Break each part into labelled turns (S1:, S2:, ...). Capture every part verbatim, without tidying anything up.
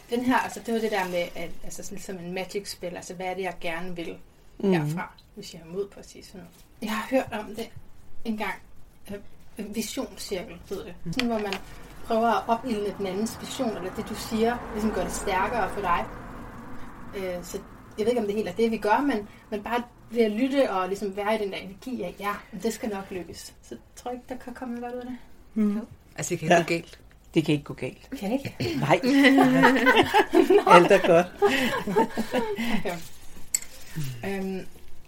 S1: den her, altså det var det der med, at, altså sådan som en magic-spil, altså hvad er det, jeg gerne vil mm. herfra, hvis jeg har mod på at sige sådan noget. Jeg har hørt om det en gang, en visionscirkel hedder det, sådan hvor man prøver at opildne den andens vision, eller det du siger, ligesom gør det stærkere for dig. Øh, så jeg ved ikke, om det helt er det, vi gør, men, men bare ved at lytte og ligesom være i den der energi af, ja, det skal nok lykkes. Så tror jeg ikke, der kan komme noget ud af det.
S2: Mm.
S1: Jo.
S2: Altså, det kan ikke ja. gå galt.
S3: Det kan ikke gå galt.
S1: Kan det ikke?
S3: Nej. Alt er godt.
S1: Okay. Um,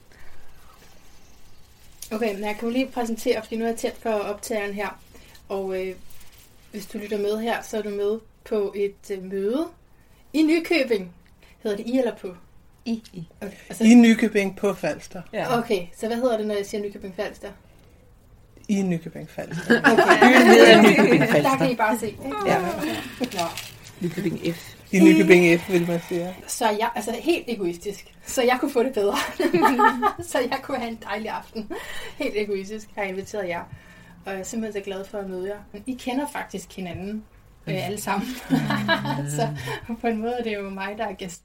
S1: okay, men jeg kan jo lige præsentere, fordi nu er jeg tæt på optageren her, og øh, hvis du lytter med her, så er du med på et øh, møde i Nykøbing. Hedder det I eller på?
S2: I. I,
S1: okay, altså,
S3: I Nykøbing på Falster.
S1: Ja. Okay, så hvad hedder det, når jeg siger Nykøbing Falster?
S3: I Nykøbing Falster.
S1: Okay.
S3: Byen hedder Nykøbing Falster.
S1: Der kan I bare se.
S3: Ja.
S1: Nå.
S2: Nykøbing F.
S3: I Nykøbing F, vil man sige.
S1: Så jeg, altså helt egoistisk, så jeg kunne få det bedre. Så jeg kunne have en dejlig aften. Helt egoistisk har jeg inviteret jer. Og jeg er simpelthen så glad for at møde jer. Men I kender faktisk hinanden øh, alle sammen. Så på en måde er det jo mig, der er gæsten.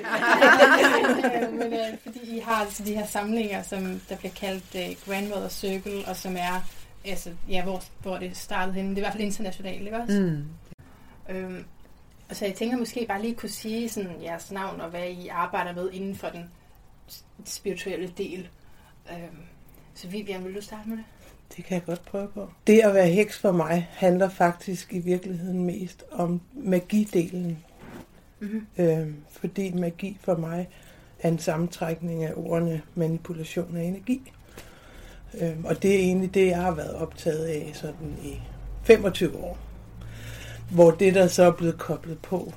S1: Men øh, fordi I har altså de her samlinger, som der bliver kaldt øh, Grandmother Circle, og som er, altså, ja, hvor, hvor det startede henne. Det er i hvert fald internationalt, ikke også? Mm. Øhm, og så jeg tænker måske bare lige kunne sige sådan, jeres navn, og hvad I arbejder med inden for den spirituelle del. Øhm, så Vivian, vil du starte med det?
S3: Det kan jeg godt prøve på. Det at være heks for mig handler faktisk i virkeligheden mest om magidelen. Mm-hmm. Øhm, fordi magi for mig er en sammentrækning af ordene manipulation af energi. Øhm, og det er egentlig det, jeg har været optaget af sådan i femogtyve år. Hvor det, der så er blevet koblet på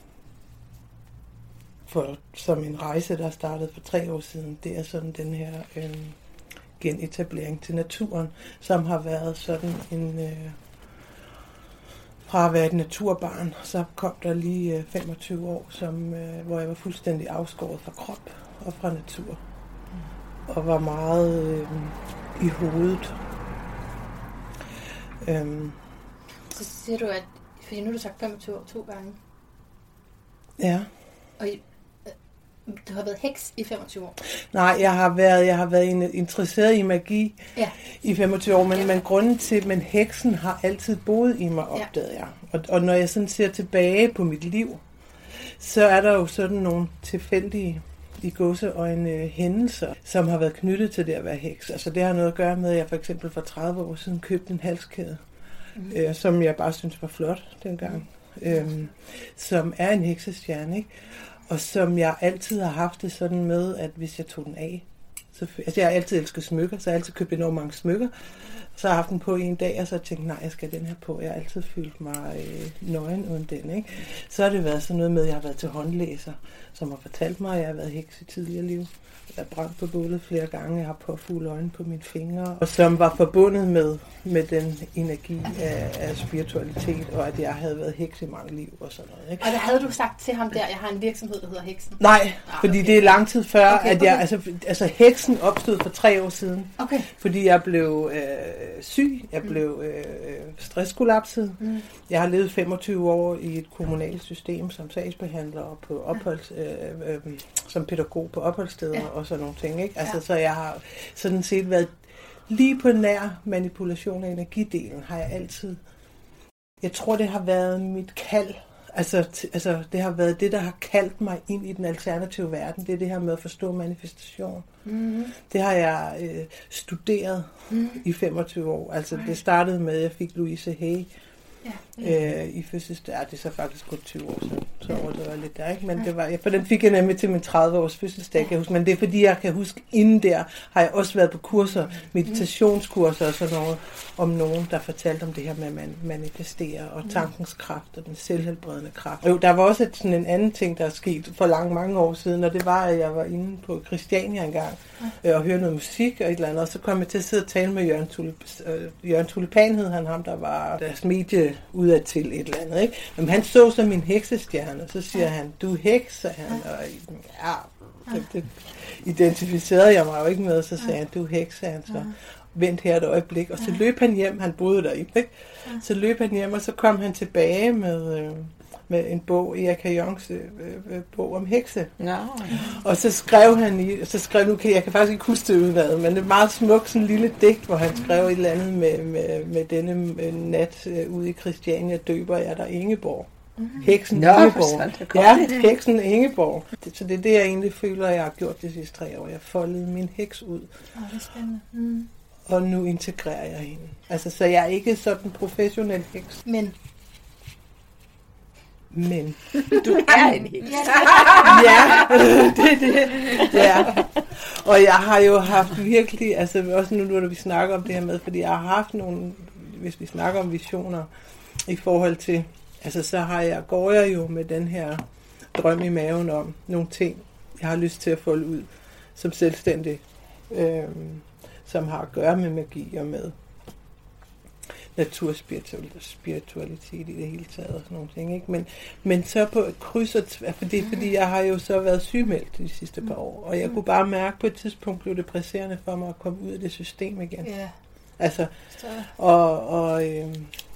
S3: for, som en rejse, der startede for tre år siden, det er sådan den her øhm, genetablering til naturen, som har været sådan en... Øh, fra at være et naturbarn, så kom der lige øh, femogtyve år, som, øh, hvor jeg var fuldstændig afskåret fra krop og fra natur. Mm. Og var meget øh, i hovedet. Øhm.
S1: Så siger du, at fordi nu har du sagt femogtyve år to gange.
S3: Ja.
S1: Og I, du har været heks i femogtyve år?
S3: Nej, jeg har været, jeg har været interesseret i magi
S1: ja.
S3: i femogtyve år, men, ja. men grunden til, men heksen har altid boet i mig, opdagede ja. jeg. Og, og når jeg sådan ser tilbage på mit liv, så er der jo sådan nogle tilfældige i gåseøjne hændelser, som har været knyttet til det at være heks. Altså det har noget at gøre med, at jeg for eksempel for tredive år siden købte en halskæde, mm. øh, som jeg bare synes var flot dengang, mm. øhm, som er en heksestjerne, ikke? Og som jeg altid har haft det sådan med, at hvis jeg tog den af, så, altså jeg har altid elsket smykker, så jeg har altid købt enormt mange smykker. Så har jeg haft den på en dag, og så tænkte nej, jeg skal have den her på. Jeg har altid følt mig øh, nøgen uden den, ikke? Så har det været sådan noget med, at jeg har været til håndlæser, som har fortalt mig, at jeg har været heks i tidligere liv. Jeg har brændt på bålet flere gange, jeg har påfuglet øjne på mine fingre, og som var forbundet med, med den energi af, af spiritualitet, og at jeg havde været heks i mange liv og sådan noget. Ikke?
S1: Og der havde du sagt til ham der, jeg har en virksomhed, der hedder Heksen?
S3: Nej, ah, fordi okay. det er lang tid før, okay, at jeg,
S1: okay.
S3: altså, altså heksen opstod for tre år siden,
S1: okay.
S3: fordi jeg blev øh, syg, jeg blev øh, stresskollapset. Mm. Jeg har levet femogtyve år i et kommunalt system som sagsbehandler og på opholds, øh, øh, som pædagog på opholdssteder. Ja. Og sådan nogle ting, ikke? Altså, ja. Så jeg har sådan set været lige på nær manipulation af energidelen, har jeg altid. Jeg tror, det har været mit kald. Altså, t- altså, det har været det, der har kaldt mig ind i den alternative verden. Det er det her med at forstå manifestation. Mm-hmm. Det har jeg øh, studeret mm-hmm. i femogtyve år. Altså, det startede med, at jeg fik Louise Hay. Ja, ja. Øh, i fødselsdag, det er så faktisk godt tyve år siden, så over det var lidt der, ikke? Men det var, ja, for den fik jeg nemlig til min tredive års fødselsdag, kan jeg huske. Men det er fordi, jeg kan huske, inden der har jeg også været på kurser, meditationskurser og sådan noget, om nogen, der fortalte om det her med at man manifestere, og tankens kraft, og den selvhelbredende kraft. Jo, der var også et, sådan en anden ting, der er sket for langt mange år siden, og det var, at jeg var inde på Christiania engang, øh, og hørte noget musik og et eller andet, og så kom jeg til at sidde og tale med Jørgen, Tulip, øh, Jørgen Tulipan, hed han ham, der var deres medie udad til et eller andet, ikke? Men han så som min heksestjerne, så siger han, du er heks, sagde han, og ja, det, det identificerede jeg mig jo ikke med, så sagde han, du er heks, sagde han så. Vent her et øjeblik, og så løb han hjem, han boede derinde, ikke? Så løb han hjem, og så kom han tilbage med, øh, med en bog, Erika Jongs øh, øh, bog om hekse.
S2: No.
S3: Og så skrev han i, så skrev nu, jeg kan faktisk ikke huske det udenad, men det er meget smukt, sådan en lille digt, hvor han skrev et eller andet med, med, med denne nat øh, ude i Christiania, døber jeg der Ingeborg. Heksen
S2: Nå,
S3: Ingeborg.
S2: så
S3: Ja, heksen Ingeborg. Så det er det, jeg egentlig føler, jeg har gjort de sidste tre år. Jeg foldede min heks ud.
S1: Åh, det er spændende. Mm.
S3: Og nu integrerer jeg hende. Altså, så jeg er ikke sådan en professionel heks.
S1: Men
S3: Men.
S2: Du er en heks.
S3: Ja, det er det. Ja. Og jeg har jo haft virkelig, altså også nu, når vi snakker om det her med, fordi jeg har haft nogle, hvis vi snakker om visioner, i forhold til, altså så har jeg, går jeg jo med den her drøm i maven om nogle ting, jeg har lyst til at folde ud som selvstændig, øh, som har at gøre med magi og med naturspiritualitet i det hele taget og sådan nogle ting, ikke? Men, men så på et kryds og tværs, fordi, fordi jeg har jo så været sygemeldt de sidste par år, og jeg kunne bare mærke, på et tidspunkt blev det presserende for mig at komme ud af det system igen.
S1: ja,
S3: Altså,
S1: så
S3: og, og, øh,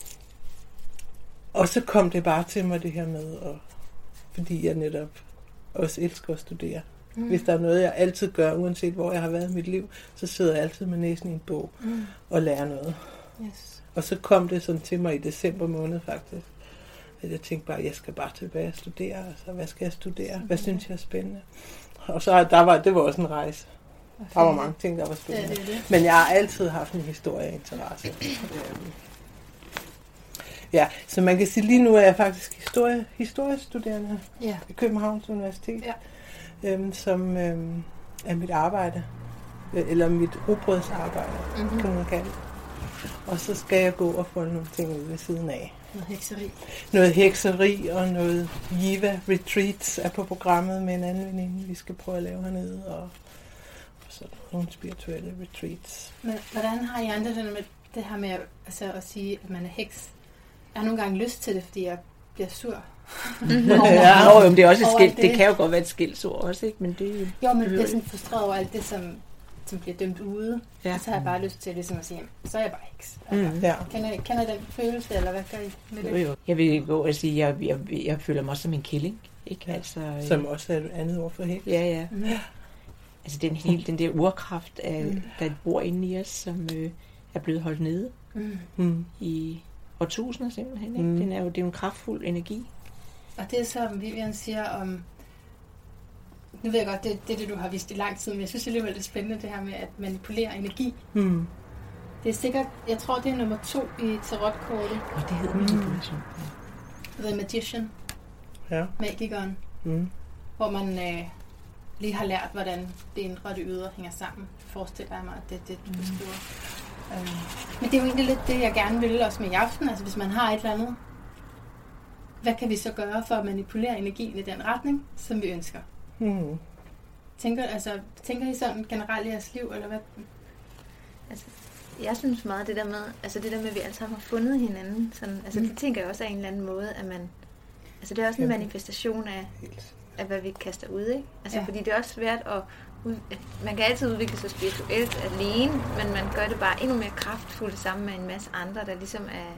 S3: og så kom det bare til mig det her med, og, fordi jeg netop også elsker at studere. Mm. Hvis der er noget, jeg altid gør, uanset hvor jeg har været i mit liv, så sidder jeg altid med næsen i en bog mm. og lærer noget.
S1: yes.
S3: Og så kom det sådan til mig i december måned faktisk, at jeg tænkte bare, at jeg skal bare tilbage og studere. Altså, hvad skal jeg studere? Hvad synes jeg er spændende? Og så der var, det var også en rejse. Der var mange ting, der var spændende.
S1: Ja, det er det.
S3: Men jeg har altid haft en historieinteresse. Øhm, ja, så man kan sige, lige nu er jeg faktisk historie, historiestuderende
S1: Ja.
S3: i Københavns Universitet,
S1: Ja.
S3: øhm, som øhm, er mit arbejde, øh, eller mit rugbrødsarbejde, mm-hmm. kan man kalde det. Og så skal jeg gå og folde nogle ting ud ved siden af.
S1: Noget hekseri.
S3: Noget hekseri og noget Jiva Retreats er på programmet med en anden veninde, vi skal prøve at lave hernede. Og, og så nogle spirituelle retreats.
S1: Men hvordan har I andre det med det her med altså, at sige, at man er heks? Jeg har nogle gange lyst til det, fordi jeg bliver sur.
S2: Ja. Nå, jo, men det er også et
S1: Over
S2: skilt.
S1: det.
S2: Det kan jo godt være et skilsord også, ikke? Men det
S1: Jo, men jeg bliver sådan frustreret over alt det, som, som bliver dømt ude.
S2: Ja.
S1: Og så har jeg bare lyst til ligesom at sige, så er jeg bare heks. Altså,
S2: Mm.
S3: Ja.
S1: kender, I, kender I den følelse, eller hvad gør I med det?
S2: Jo, jo. Jeg vil gå og sige, at jeg, jeg, jeg føler mig som en killing. Ikke?
S3: Ja.
S2: Altså, øh,
S3: Som også er et andet ord for heks.
S2: Ja, ja.
S1: Mm.
S2: Altså den, hele, den der urkraft, af,
S1: Mm.
S2: der bor inde i os, som øh, er blevet holdt nede
S1: Mm.
S3: Mm.
S2: i årtusinder simpelthen. Ikke?
S3: Mm.
S2: Den er jo, det er jo en kraftfuld energi.
S1: Og det er som Vivian siger om, nu ved jeg godt, det, det er det, du har vist i lang tid, men jeg synes alligevel, det er spændende det her med at manipulere energi.
S3: Mm.
S1: Det er sikkert, jeg tror, det er nummer to i tarotkortet,
S2: Og det hedder manipulation.
S1: The Magician,
S3: Ja.
S1: magikeren,
S3: Mm.
S1: hvor man øh, lige har lært, hvordan det indre og det ydre hænger sammen. Forestiller jeg mig, at det er det, du beskriver. Mm. Men det er jo egentlig lidt det, jeg gerne vil også med i aften. Altså hvis man har et eller andet, hvad kan vi så gøre for at manipulere energien i den retning, som vi ønsker?
S3: Mm.
S1: Tænker, altså, tænker I sådan generelt i jeres liv, eller hvad?
S4: Altså, jeg synes meget det der med, altså det der med, at vi alle sammen har fundet hinanden, sådan, altså
S1: Mm.
S4: det tænker jeg også er en eller anden måde, at man, altså det er også en
S3: Ja.
S4: manifestation af,
S3: Helt.
S4: af hvad vi kaster ud, ikke? Altså
S1: Ja.
S4: fordi det er også svært at, ud, at, man kan altid udvikle sig spirituelt alene, men man gør det bare endnu mere kraftfuldt sammen med en masse andre, der ligesom er,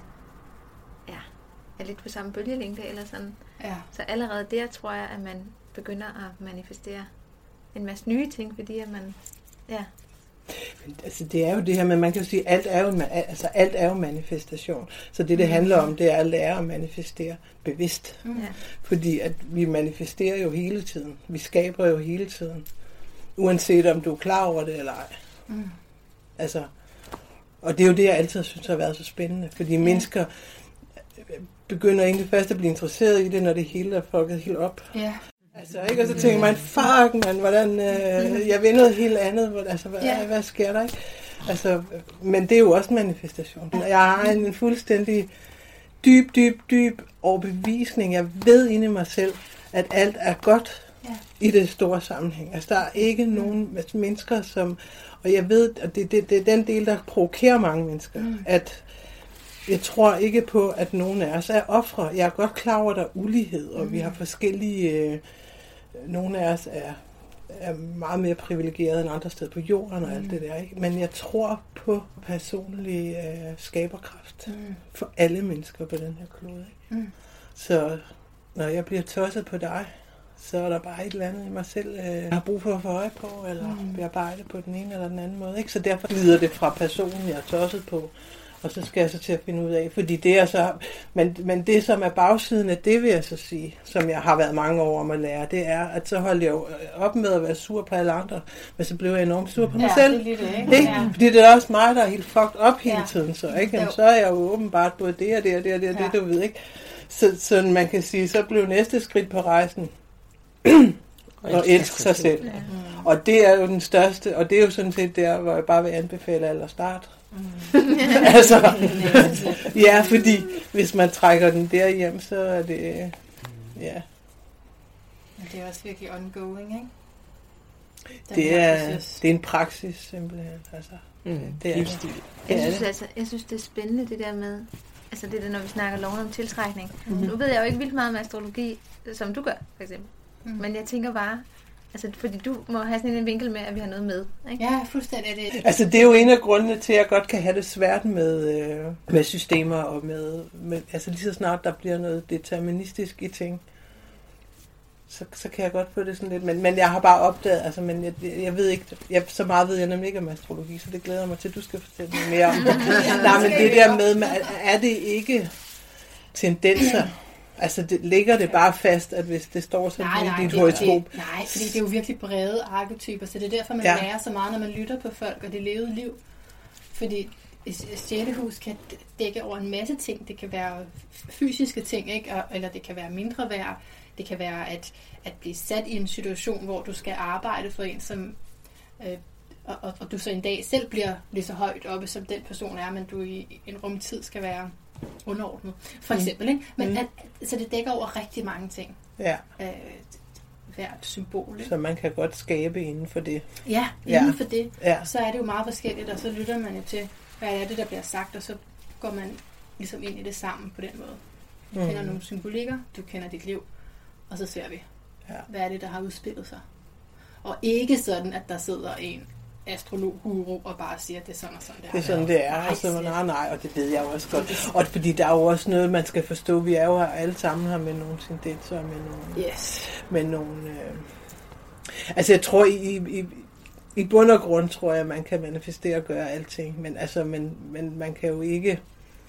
S4: ja, er lidt på samme bølgelængde eller sådan.
S1: Ja.
S4: Så allerede der tror jeg, at man begynder at manifestere en masse nye ting, fordi at man, ja,
S3: Men, altså, det er jo det her med, man kan jo sige, alt er jo, altså, alt er jo manifestation. Så det, det handler om, det er at lære at manifestere bevidst.
S1: Mm.
S4: ja.
S3: Fordi at vi manifesterer jo hele tiden. Vi skaber jo hele tiden. Uanset om du er klar over det eller ej.
S1: Mm.
S3: Altså, og det er jo det, jeg altid synes har været så spændende. Fordi ja. mennesker begynder egentlig først at blive interesseret i det, når det hele er fucket helt op.
S1: Ja.
S3: Altså, ikke? Og så tænker man, fuck man, hvordan, øh, jeg vil noget helt andet. Hvor, altså, hvad,
S1: Ja.
S3: hvad sker der, ikke? Altså, men det er jo også manifestation. Jeg har en, en fuldstændig dyb, dyb, dyb overbevisning. Jeg ved inde i mig selv, at alt er godt
S1: Ja.
S3: i det store sammenhæng. Altså, der er ikke nogen mennesker, som... Og jeg ved, at det, det, det er den del, der provokerer mange mennesker. Mm. At jeg tror ikke på, at nogen af os er ofre. Jeg er godt klar over, at der er ulighed, og mm. vi har forskellige... Øh, nogle af os er, er meget mere privilegerede end andre steder på jorden og mm. alt det der, ikke? Men jeg tror på personlig øh, skaberkraft
S1: Mm.
S3: for alle mennesker på den her klode, ikke?
S1: Mm.
S3: Så når jeg bliver tosset på dig, så er der bare et eller andet i mig selv, øh, jeg har brug for at få øje på, eller mm. bearbejde på den ene eller den anden måde. Ikke? Så derfor glider det fra personen, jeg er tosset på, og så skal jeg så til at finde ud af, fordi det er så, men, men det som er bagsiden af det, vil jeg så sige, som jeg har været mange år om at lære, det er, at så holdt jeg jo op med at være sur på alle andre, men så blev jeg enormt sur på mig
S1: ja,
S3: selv.
S1: Det er det, ikke?
S3: Ikke?
S1: Ja.
S3: Fordi det er også mig, der er helt fucked op hele
S1: ja.
S3: tiden, så, ikke? Jamen, så er jeg jo åbenbart både det og det og det og det, og det ja. Du ved, ikke? Så, så man kan sige, så blev næste skridt på rejsen og elske sig selv. Ja. Mm. Og det er jo den største, og det er jo sådan set der, hvor jeg bare vil anbefale alle at starte. Mm. altså, ja, fordi hvis man trækker den der hjem, så er det, ja.
S1: Men det er også virkelig ongoing, ikke? Den
S3: det er, det er en praksis, simpelthen. Altså,
S2: mm.
S3: det er
S2: livsstil.
S4: Jeg synes altså, jeg synes det er spændende det der med, altså det der, når vi snakker loven om tiltrækning. Mm-hmm. Nu ved jeg jo ikke vildt meget om astrologi, som du gør, for eksempel. Mm. Men jeg tænker bare, altså fordi du må have sådan en vinkel med, at vi har noget med, ikke?
S1: Ja, fuldstændig det.
S3: Altså det er jo en af grundene til, at jeg godt kan have det svært med, øh, med systemer og med, med, altså lige så snart der bliver noget deterministisk i ting, så, så kan jeg godt få det sådan lidt, men, men jeg har bare opdaget, altså men jeg, jeg ved ikke, jeg, så meget ved jeg nemlig ikke om astrologi, så det glæder mig til, at du skal fortælle mig mere om det. Nej, men det der med, er det ikke tendenser? Altså, det, ligger det bare fast, at hvis det står sådan
S1: nej, nej,
S3: i dit
S1: det,
S3: horoskop?
S1: det, nej, fordi det er jo virkelig brede arketyper, så det er derfor, man ja. lærer så meget, når man lytter på folk og det levede liv. Fordi sjette hus kan dække over en masse ting. Det kan være fysiske ting, ikke? Eller det kan være mindre værd. Det kan være at, at blive sat i en situation, hvor du skal arbejde for en, som... Øh, og, og, og du så en dag selv bliver lige så højt oppe, som den person er, men du i en rumtid skal være underordnet, for eksempel. Mm. Ikke? Men mm. at, så det dækker over rigtig mange ting.
S3: Ja.
S1: Øh, hvert symbol. Ikke?
S3: Så man kan godt skabe inden for det.
S1: Ja, inden
S3: ja.
S1: for det.
S3: Ja.
S1: Så er det jo meget forskelligt, og så lytter man jo til, hvad er det, der bliver sagt, og så går man ligesom ind i det sammen på den måde. Du mm. kender nogle symbolikker, du kender dit liv, og så ser vi, ja. hvad er det, der har udspillet sig. Og ikke sådan, at der sidder en astrolog-guru og bare siger, at det er sådan og sådan, det,
S3: det er sådan, det er. Nej, altså, nej, nej, og det ved jeg også godt. Og fordi der er jo også noget, man skal forstå. Vi er jo her alle sammen her med nogle tendenser, med nogle...
S1: Yes.
S3: Med nogle øh... Altså, jeg tror, i, i, i bund og grund, tror jeg, man kan manifestere og gøre alting. Men, altså, men, men man kan jo ikke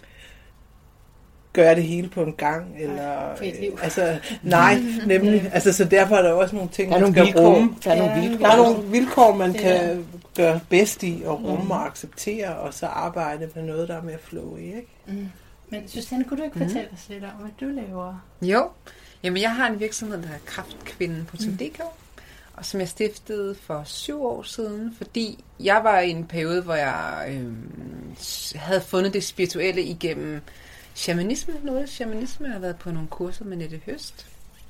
S3: gøre det hele på en gang, eller
S1: for et liv.
S3: Øh, altså nej, nemlig, altså så derfor er der også nogle ting,
S2: der
S3: man
S2: skal
S3: vilkår.
S2: rumme. Der er
S1: ja,
S2: nogle vilkår.
S3: Der er nogle vilkår, man
S1: det
S3: kan
S1: er.
S3: gøre bedst i og rumme mm. og acceptere, og så arbejde med noget, der er mere flow i, ikke?
S1: Mm. Men Susanne, kunne du ikke fortælle mm. os lidt om, hvad du laver?
S5: Jo, jamen jeg har en virksomhed, der hedder Kraftkvinden punktum d k, mm. og som jeg stiftede for syv år siden, fordi jeg var i en periode, hvor jeg øh, havde fundet det spirituelle igennem shamanisme, noget shamanisme. Jeg har været på nogle kurser med Nette Høst.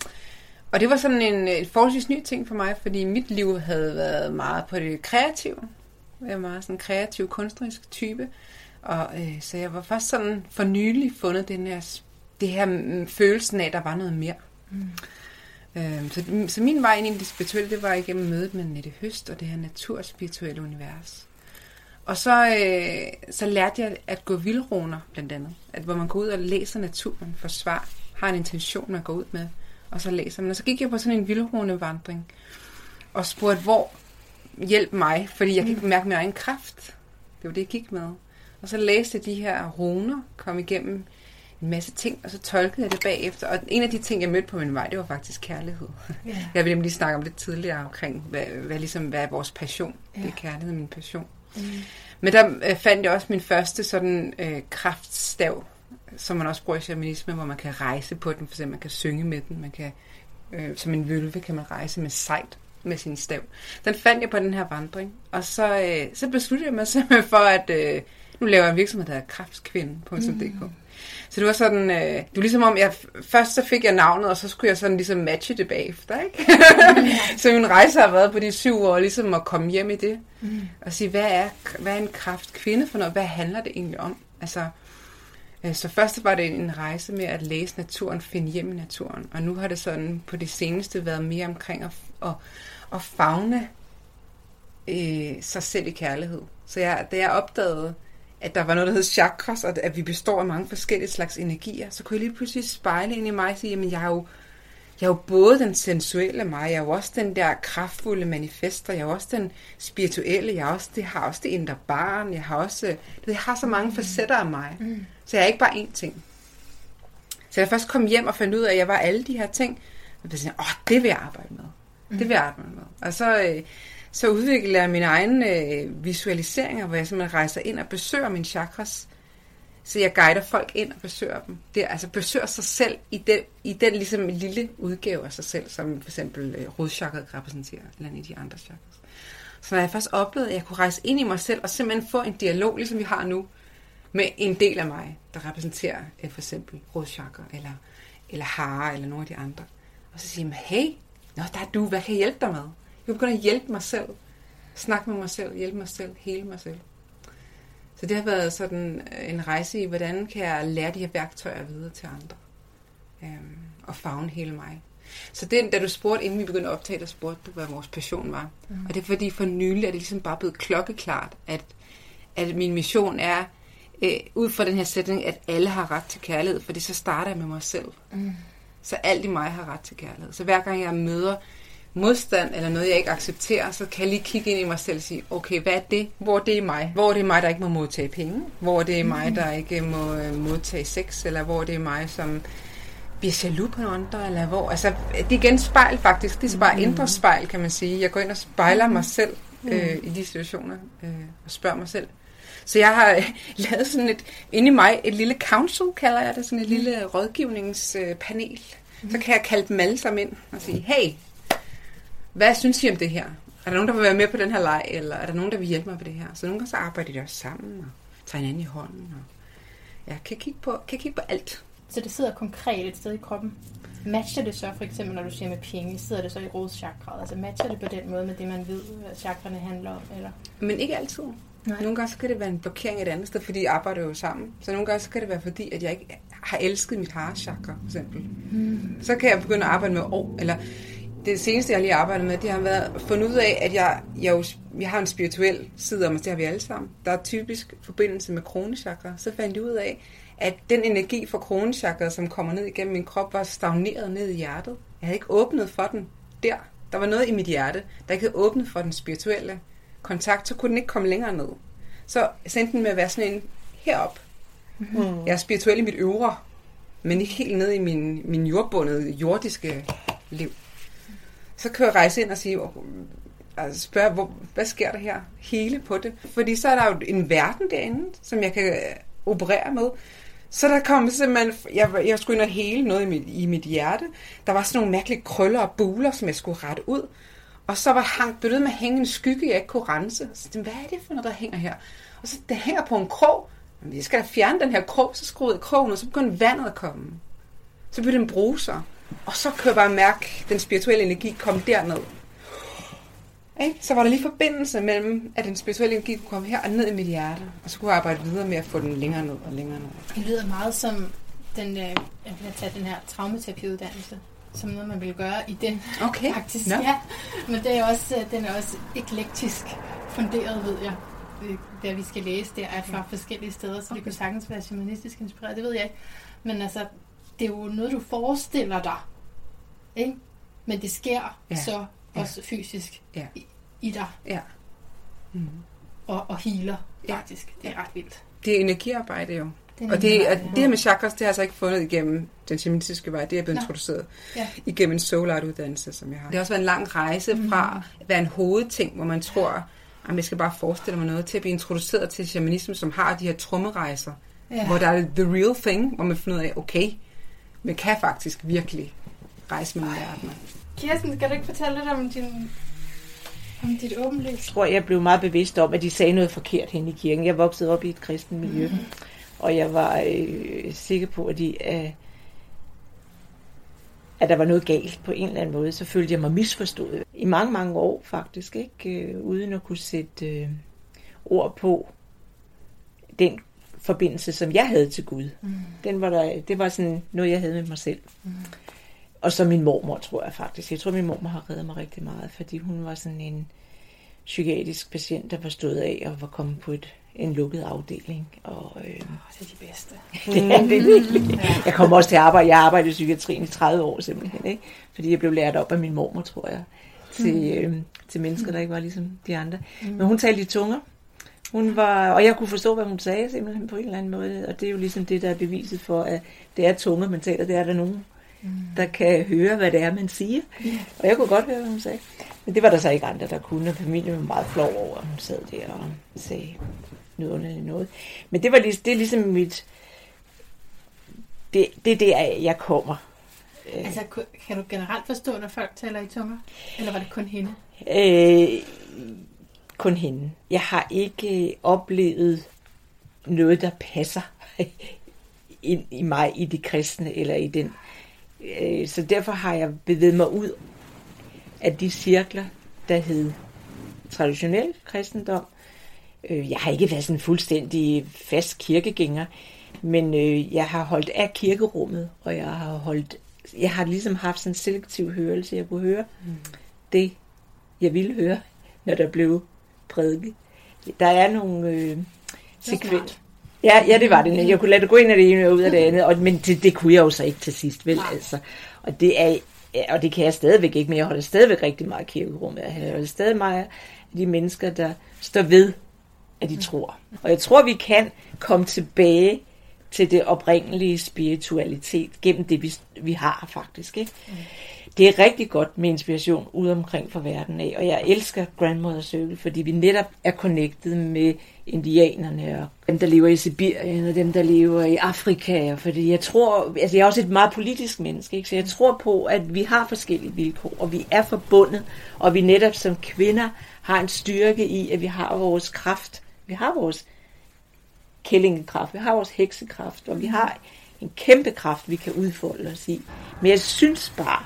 S5: Og det var sådan en, en forholdsvis ny ting for mig, fordi mit liv havde været meget på det kreative. Jeg er meget sådan en kreativ, kunstnerisk type. Og øh, så jeg var først sådan for nylig fundet den her, det her mm, følelsen af, at der var noget mere. Mm. Øh, så, så min vej ind i det spirituelle, det var igennem mødet med Nette Høst og det her naturspirituelle univers. Og så, øh, så lærte jeg at gå vildroner, blandt andet. At hvor man går ud og læser naturen for svar, har en intention, man går ud med, og så læser man. Og så gik jeg på sådan en vildronevandring, og spurgte, hvor hjælp mig, fordi jeg kan ikke mærke min egen kraft. Det var det, jeg gik med. Og så læste jeg de her runer, kom igennem en masse ting, og så tolkede jeg det bagefter. Og en af de ting, jeg mødte på min vej, det var faktisk kærlighed. Yeah. Jeg ville lige snakke om det tidligere omkring, hvad, hvad, ligesom, hvad er vores passion. Yeah. Det er kærlighed, min passion. Mm. Men der øh, fandt jeg også min første sådan øh, kraftstav, som man også bruger i shamanisme, hvor man kan rejse på den, for eksempel man kan synge med den, man kan, øh, som en vølve kan man rejse med sejt med sin stav. Den fandt jeg på den her vandring, og så, øh, så besluttede jeg mig simpelthen for, at øh, nu laver jeg en virksomhed, der hedder Kraftkvinden punktum d k. Mm. Så det var sådan, øh, det var ligesom om, jeg, først så fik jeg navnet, og så skulle jeg sådan ligesom matche det bagefter, ikke? Så min rejse har været på de syv år, ligesom at komme hjem i det, mm. og sige, hvad er, hvad er en kraftkvinde for noget? Hvad handler det egentlig om? Altså, øh, så først var det en rejse med at læse naturen, finde hjem i naturen, og nu har det sådan på det seneste været mere omkring at, at, at favne øh, sig selv i kærlighed. Så jeg, da jeg opdagede, at der var noget, der hed chakras, og at vi består af mange forskellige slags energier, så kunne jeg lige pludselig spejle ind i mig og sige, jamen jeg er jo jeg er jo både den sensuelle mig, jeg er jo også den der kraftfulde manifester, jeg er også den spirituelle, jeg, er også, det har også det indre barn, jeg har også, du ved, jeg har så mange facetter af mig, mm. så jeg er ikke bare én ting. Så jeg først kom hjem og fandt ud af, at jeg var alle de her ting, og jeg tænkte, åh, det vil jeg arbejde med, mm. det vil jeg arbejde med. Og så, øh, så udvikler jeg mine egne øh, visualiseringer, hvor jeg simpelthen rejser ind og besøger mine chakras, så jeg guider folk ind og besøger dem. Det er, altså besøger sig selv i den, i den ligesom lille udgave af sig selv, som for eksempel øh, rodchakret repræsenterer, eller en af de andre chakras. Så når jeg først oplevede, at jeg kunne rejse ind i mig selv, og simpelthen få en dialog, ligesom vi har nu, med en del af mig, der repræsenterer øh, for eksempel rodchakra, eller, eller hare, eller nogle af de andre. Og så siger jeg, hey, nå, der er du, hvad kan jeg hjælpe dig med? Jeg kan begynde at hjælpe mig selv, snakke med mig selv, hjælpe mig selv, hele mig selv. Så det har været sådan en rejse i, hvordan kan jeg lære de her værktøjer videre til andre. Øhm, og favne hele mig. Så det, da du spurgte, inden vi begyndte at optage, der spurgte du, hvad vores passion var. Mm. Og det er fordi, for nylig er det ligesom bare blevet klokkeklart, at, at min mission er, øh, ud fra den her sætning, at alle har ret til kærlighed, fordi så starter jeg med mig selv. Mm. Så alt i mig har ret til kærlighed. Så hver gang jeg møder modstand eller noget, jeg ikke accepterer, så kan jeg lige kigge ind i mig selv og sige, okay, hvad er det? Hvor er det i mig? Hvor er det i mig, der ikke må modtage penge? Hvor er det i mig, der ikke må modtage sex? Eller hvor er det i mig, som bliver jaloux på andre? Eller hvor? Altså, det er igen spejl faktisk. Det er bare indre spejl, kan man sige. Jeg går ind og spejler mig selv øh, i de situationer øh, og spørger mig selv. Så jeg har øh, lavet sådan et, inde i mig, et lille council, kalder jeg det, sådan et lille rådgivningspanel. Så kan jeg kalde dem alle sammen ind og sige, hey, hvad synes I om det her? Er der nogen, der vil være med på den her leg, eller er der nogen, der vil hjælpe mig på det her? Så nogle gange så arbejder de også sammen, og tager hinanden i hånden, og ja, kan kigge på, kan kigge på alt.
S1: Så det sidder konkret et sted i kroppen? Matcher det så for eksempel, når du siger med penge, sidder det så i rodchakraet? Altså matcher det på den måde med det, man ved, hvad chakrene handler om? Eller?
S5: Men ikke altid. Nej. Nogle gange så kan det være en blokering et andet sted, fordi jeg arbejder jo sammen. Så nogle gange så kan det være fordi, at jeg ikke har elsket mit hare-chakra, for eksempel. Hmm. Så kan jeg begynde at arbejde med år, eller det seneste, jeg lige har arbejdet med, det har været fundet ud af, at jeg, jeg, jo, jeg har en spirituel side om os, det har vi alle sammen. Der er typisk forbindelse med kronechakra. Så fandt jeg ud af, at den energi fra kronechakra, som kommer ned igennem min krop, var stagneret ned i hjertet. Jeg havde ikke åbnet for den der. Der var noget i mit hjerte, der ikke havde åbnet for den spirituelle kontakt, så kunne den ikke komme længere ned. Så sendte den med at være sådan en herop. Mm. Jeg er spirituel i mit øvre, men ikke helt ned i min, min jordbundede, jordiske liv. Så kan jeg rejse ind og sige, altså spørge, hvor, hvad sker der her? Hele på det. Fordi så er der jo en verden derinde, som jeg kan operere med. Så der kom simpelthen, jeg, jeg skulle ind og hele noget i mit, i mit hjerte. Der var sådan nogle mærkelige krøller og buler, som jeg skulle rette ud. Og så var hang, blev det med at hænge en skygge, jeg ikke kunne rense. Så tænkte, hvad er det for noget, der hænger her? Og så det hænger på en krog. Jamen, jeg skal da fjerne den her krog, så skruede jeg krogen, og så begyndte vandet at komme. Så blev den bruser. Og så kunne jeg bare mærke, den spirituelle energi kom derned. Så var der lige forbindelse mellem, at den spirituelle energi kunne komme her og ned i mit hjerte. Og så kunne jeg arbejde videre med at få den længere ned og længere ned.
S1: Det lyder meget som den, jeg vil tage den her traumaterapiuddannelse, som noget, man vil gøre i den.
S5: Okay.
S1: Faktisk,
S5: no.
S1: ja. Men det er også, den er også eklektisk funderet, ved jeg. Det, vi skal læse, det er fra forskellige steder, så okay. Det kunne sagtens være shamanistisk inspireret, det ved jeg ikke. Men altså, det er jo noget, du forestiller dig, ikke? Men det sker ja. så ja. også fysisk ja. i, i dig.
S5: Ja. Mm.
S1: Og, og healer, faktisk. Ja. Det er ret vildt.
S5: Det er energiarbejde jo. Det og det, det her med chakras, det har jeg altså ikke fundet igennem den shamanistiske vej. Det er blevet Nå. introduceret ja. igennem en soul art uddannelse, som jeg har. Det har også været en lang rejse mm. fra at være en hovedting, hvor man tror, at jeg skal bare forestille mig noget, til at blive introduceret til shamanisme, som har de her trommerejser, ja. hvor der er the real thing, hvor man finder ud af, okay, man kan faktisk virkelig rejse med nogle verdener.
S1: Kirsten, skal du ikke fortælle lidt om, din, om dit åbenløb?
S2: Jeg tror, jeg blev meget bevidst om, at de sagde noget forkert hen i kirken. Jeg voksede op i et kristent miljø, mm-hmm. og jeg var øh, sikker på, at, de, øh, at der var noget galt på en eller anden måde. Så følte jeg mig misforstået. I mange, mange år faktisk, ikke? Øh, uden at kunne sætte øh, ord på den forbindelse, som jeg havde til Gud. Mm. Den var der, det var sådan noget, jeg havde med mig selv. Mm. Og så min mormor, tror jeg faktisk. Jeg tror, min mormor har reddet mig rigtig meget, fordi hun var sådan en psykiatrisk patient, der var stået af og var kommet på et, en lukket afdeling. Og, øh,
S1: det er de bedste.
S2: det er det virkelig. Jeg kom også til at arbejde. Jeg arbejdede i psykiatrien i tredive år simpelthen, ikke? Fordi jeg blev lært op af min mormor, tror jeg, til, øh, til mennesker, der ikke var ligesom de andre. Men hun talte i tunger. Hun var, og jeg kunne forstå, hvad hun sagde simpelthen på en eller anden måde. Og det er jo ligesom det, der er beviset for, at det er tunger, man taler. Det er der nogen, der kan høre, hvad det er, man siger. Og jeg kunne godt høre, hvad hun sagde. Men det var der så ikke andre, der kunne. Og familien var meget flov over, at hun sad der og sagde noget underligt noget. Men det, var, det er ligesom mit... Det, det er der, jeg kommer.
S1: Altså, kan du generelt forstå, når folk taler i tunger? Eller var det kun hende?
S2: Øh, kun hende. Jeg har ikke oplevet noget, der passer ind i mig, i de kristne, eller i den. Øh, så derfor har jeg bevæget mig ud af de cirkler, der hed traditionel kristendom. Øh, jeg har ikke været sådan en fuldstændig fast kirkegænger, men øh, jeg har holdt af kirkerummet, og jeg har holdt jeg har ligesom haft sådan en selektiv hørelse. Jeg kunne høre mm. det, jeg ville høre, når der blev prædiket. Der er nogle øh, sekvenser. Ja, ja, det var det. Jeg kunne lade det gå ind af det ene og ud af det andet, og, men det, det kunne jeg jo så ikke til sidst, vel? Altså. Og, det er, og det kan jeg stadigvæk ikke, men jeg holder stadigvæk rigtig meget kirkerum. Jeg holder stadig meget af de mennesker, der står ved, at de tror. Og jeg tror, vi kan komme tilbage til det oprindelige spiritualitet gennem det, vi, vi har faktisk. Ikke? Mm. Det er rigtig godt med inspiration ude omkring for verden af, og jeg elsker Grandmother Circle, fordi vi netop er connected med indianerne, og dem, der lever i Sibirien, og dem, der lever i Afrika, fordi jeg tror, altså jeg er også et meget politisk menneske, ikke? Så jeg tror på, at vi har forskellige vilkår, og vi er forbundet, og vi netop som kvinder har en styrke i, at vi har vores kraft, vi har vores kællingekraft, vi har vores heksekraft, og vi har en kæmpe kraft, vi kan udfolde os i. Men jeg synes bare,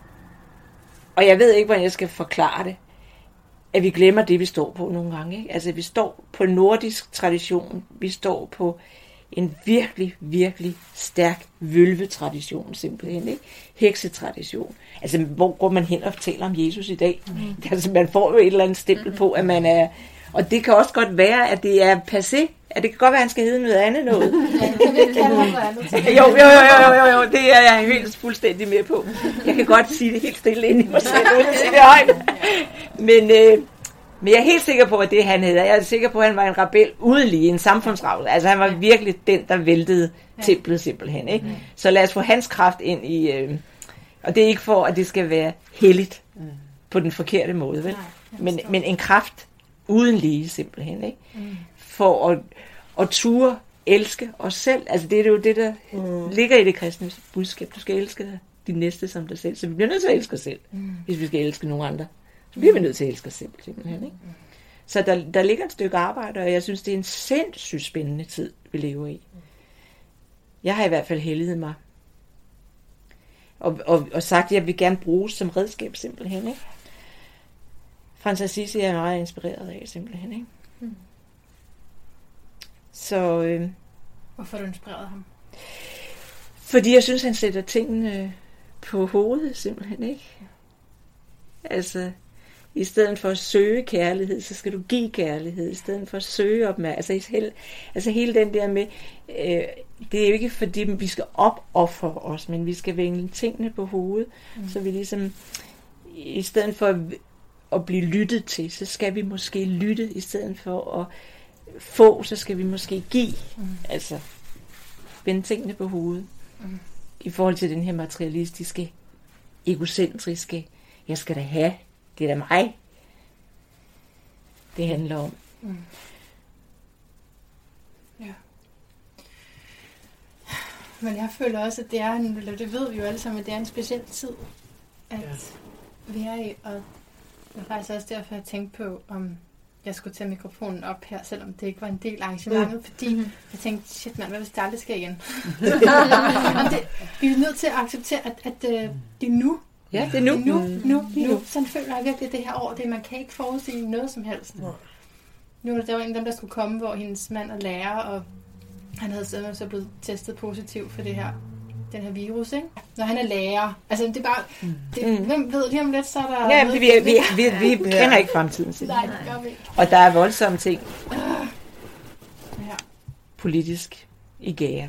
S2: og jeg ved ikke, hvordan jeg skal forklare det, at vi glemmer det, vi står på nogle gange. Ikke? Altså, vi står på nordisk tradition, vi står på en virkelig, virkelig stærk vølvetradition, simpelthen. Ikke? Heksetradition. Altså, hvor går man hen og taler om Jesus i dag? Mm. Altså, man får jo et eller andet stempel på, at man er... Og det kan også godt være, at det er passé. At det kan godt være, at han skal hedde noget andet noget. jo, jo, jo, jo, jo, jo, det er jeg helt fuldstændig med på. Jeg kan godt sige det helt stille ind i mig selv, uden at sige det højt. Men, øh, men jeg er helt sikker på, at det han hedder. Jeg er sikker på, at han var en rebel uden lige, en samfundsravl. Altså han var virkelig den, der væltede templet simpelthen. Ikke? Så lad os få hans kraft ind i... Øh, og det er ikke for, at det skal være helligt på den forkerte måde, vel? Men, men en kraft uden lige simpelthen, ikke? For at, at ture elske os selv. Altså det er jo det, der mm. ligger i det kristne budskab. Du skal elske din næste som dig selv. Så vi bliver nødt til at elske os selv, mm. hvis vi skal elske nogen andre. Så bliver vi nødt til at elske os selv, simpelthen. Ikke? Så der, der ligger et stykke arbejde, og jeg synes, det er en sindssygt spændende tid, vi lever i. Jeg har i hvert fald helliget mig. Og, og, og sagt, at jeg vil gerne bruges som redskab, simpelthen. Ikke? Frans Assisi er jeg meget inspireret af, simpelthen. Ikke? Mm. Så, øh,
S1: hvorfor har du inspireret ham?
S2: Fordi jeg synes, han sætter tingene på hovedet, simpelthen, ikke? Altså, i stedet for at søge kærlighed, så skal du give kærlighed. I stedet for at søge opmærksomhed. Altså, hele, altså hele den der med, øh, det er jo ikke fordi, vi skal opoffre os, men vi skal vende tingene på hovedet, mm. så vi ligesom, i stedet for at, at blive lyttet til, så skal vi måske lytte, i stedet for at få, så skal vi måske give. Mm. Altså, vende tingene på hovedet. Mm. I forhold til den her materialistiske, egocentriske, jeg skal da have, det er da mig, det handler om. Mm.
S1: Ja. Men jeg føler også, at det er, en, det ved vi jo alle sammen, at det er en speciel tid, at ja. vi er i, og det er faktisk også derfor, jeg tænkte på, om jeg skulle tage mikrofonen op her, selvom det ikke var en del af arrangementet, mm. fordi mm-hmm. jeg tænkte, shit mand, hvad hvis det aldrig sker igen? det, vi er nødt til at acceptere, at, at uh, det er nu.
S2: Ja, det er nu.
S1: Det er nu, nu, nu, nu. Sådan føler jeg virkelig det her år. Det, man kan ikke forudsige noget som helst. Mm. Nu var der en af dem, der skulle komme, hvor hendes mand er lærer, og han havde så blevet testet positiv for det her, den her virus, ikke? Når han er lærer. Altså, det er bare... Det, mm. Hvem ved lige om lidt, så er der...
S2: Ja, vi, vi, vi, vi, vi kender ikke fremtiden.
S1: Nej, det gør vi ikke.
S2: Og der er voldsomme ting. politisk i gære.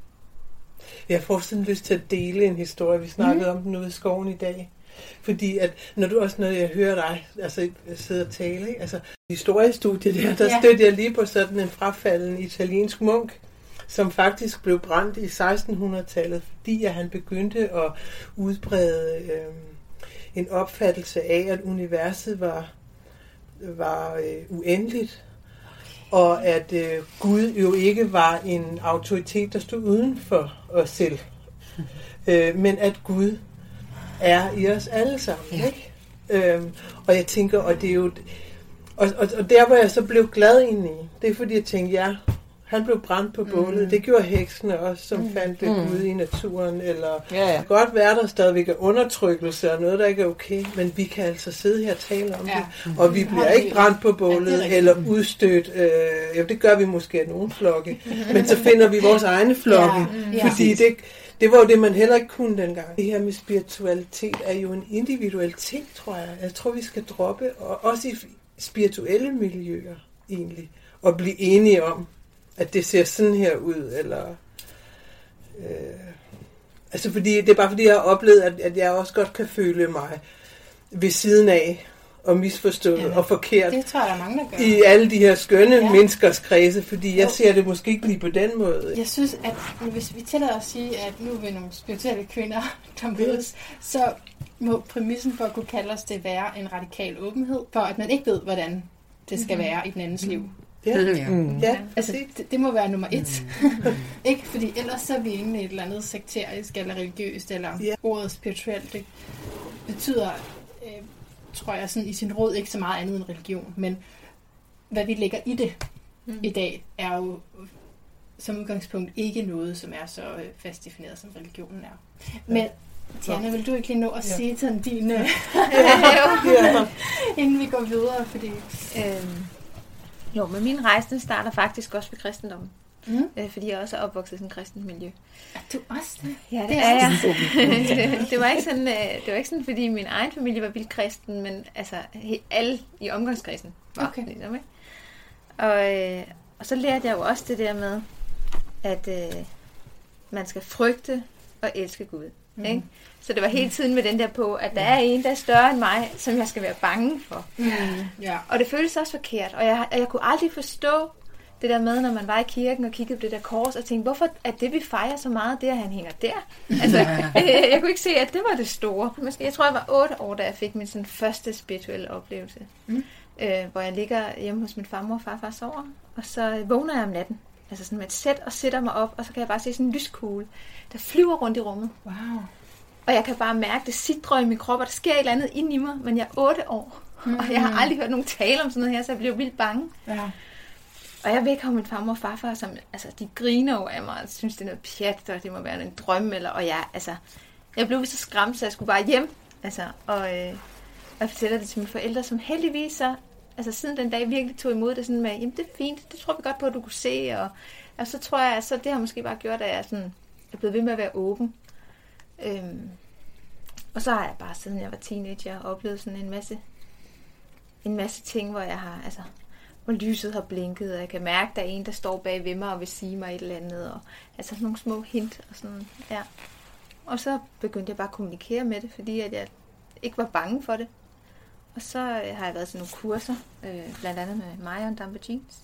S3: Jeg får sådan lyst til at dele en historie. Vi snakkede mm. om den ude i skoven i dag. Fordi at, når du også, når jeg hører dig, altså sidde og tale, ikke? Altså historiestudiet der, der ja. stødte jeg lige på sådan en frafalden italiensk munk, som faktisk blev brændt i sekstenhundredetallet, fordi at han begyndte at udbrede øh, en opfattelse af, at universet var, var øh, uendeligt, og at øh, Gud jo ikke var en autoritet, der stod uden for os selv, øh, men at Gud er i os alle sammen, ja. ikke? Øhm, og jeg tænker, og det er jo, og, og, og der hvor jeg så blev glad indeni, det er fordi jeg tænkte, ja, han blev brændt på bålet, mm. det gjorde heksene også, som mm. fandt det mm. ude i naturen, eller ja, ja. Det kan godt være, der stadigvæk er undertrykkelse og noget, der ikke er okay, men vi kan altså sidde her og tale om ja. det, og vi bliver ikke brændt på bålet, ja, eller udstødt, øh, jo det gør vi måske af nogle flokke, men så finder vi vores egne flokke, ja. fordi det Det var jo det, man heller ikke kunne dengang. Det her med spiritualitet er jo en individuel ting, tror jeg. Jeg tror, vi skal droppe, og også i spirituelle miljøer egentlig, og blive enige om, at det ser sådan her ud, eller... Øh, altså, fordi, det er bare fordi, jeg har oplevet, at, at jeg også godt kan føle mig ved siden af, og misforstået ja, og forkert.
S1: Det tror jeg, der er mange, der gør.
S3: I alle de her skønne ja. menneskers kredse, fordi jeg ser det måske ikke lige på den måde.
S1: Jeg synes, at hvis vi tillader at sige, at nu er vi nogle spirituelle kvinder, der mødes, så må præmissen for at kunne kalde os det være en radikal åbenhed, for at man ikke ved, hvordan det skal mm-hmm. være i den andens liv.
S3: Ja, ja. Mm. ja
S1: altså, det, det må være nummer et. Mm. ikke? Fordi ellers så er vi inde i et eller andet sekterisk eller religiøst, eller ja. ordet spirituelt. Det betyder... Øh, tror jeg, sådan i sin råd ikke så meget andet end religion, men hvad vi lægger i det mm. i dag, er jo som udgangspunkt ikke noget, som er så øh, fast defineret, som religionen er. Men, Diana, vil du ikke lige nå at ja. sige til din... Øh, ja. inden vi går videre, fordi...
S4: Øhm, jo, men min rejse starter faktisk også ved kristendommen. Mm. Øh, fordi jeg også er opvokset i sådan et kristent miljø.
S1: Er du også det?
S4: Ja, det, det er jeg. det, det, var ikke sådan, øh, det var ikke sådan, fordi min egen familie var vildt kristen, men altså alle i omgangskredsen var okay. Ligesom, ikke? Og, øh, og så lærte jeg jo også det der med, at øh, man skal frygte og elske Gud. Mm. Ikke? Så det var hele tiden med den der på, at der er en, der er større end mig, som jeg skal være bange for. Mm. Ja. Og det føltes også forkert, og jeg, jeg kunne aldrig forstå, det der med, når man var i kirken og kiggede på det der kors, og tænkte, hvorfor er det, vi fejrer så meget, det at han hænger der? Altså, jeg, jeg kunne ikke se, at det var det store. Måske, jeg tror, jeg var otte år, da jeg fik min sådan første spirituelle oplevelse. Mm. Øh, hvor jeg ligger hjemme hos min farmor og farfar og sover, og så vågner jeg om natten. Altså sådan med et sæt og sætter mig op, og så kan jeg bare se sådan en lyskugle, der flyver rundt i rummet. Wow. Og jeg kan bare mærke, det sidder i min krop, og der sker et eller andet inde i mig, men jeg er otte år, mm. og jeg har aldrig hørt nogen tale om sådan noget her, så jeg blev vildt bange. Ja. Og jeg vækker min farmor og farfar, som, altså, de griner over af mig, og synes, det er noget pjat, og det må være en drøm, eller, og jeg, altså, jeg blev så skræmt, så jeg skulle bare hjem, altså, og, øh, og jeg fortæller det til mine forældre, som heldigvis så, altså, siden den dag virkelig tog imod det sådan med, jamen, det er fint, det tror vi godt på, at du kunne se, og, og så tror jeg, så det har måske bare gjort, at jeg sådan, er blevet ved med at være åben. Øhm, og så har jeg bare, siden jeg var teenager, oplevet sådan en masse, en masse ting, hvor jeg har, altså, hvor lyset har blinket, og jeg kan mærke, at der er en, der står bag ved mig og vil sige mig et eller andet. Og, altså sådan nogle små hint. Og, sådan, ja. Og så begyndte jeg bare at kommunikere med det, fordi at jeg ikke var bange for det. Og så har jeg været til nogle kurser, øh, blandt andet med Maja og Dampe Jeans.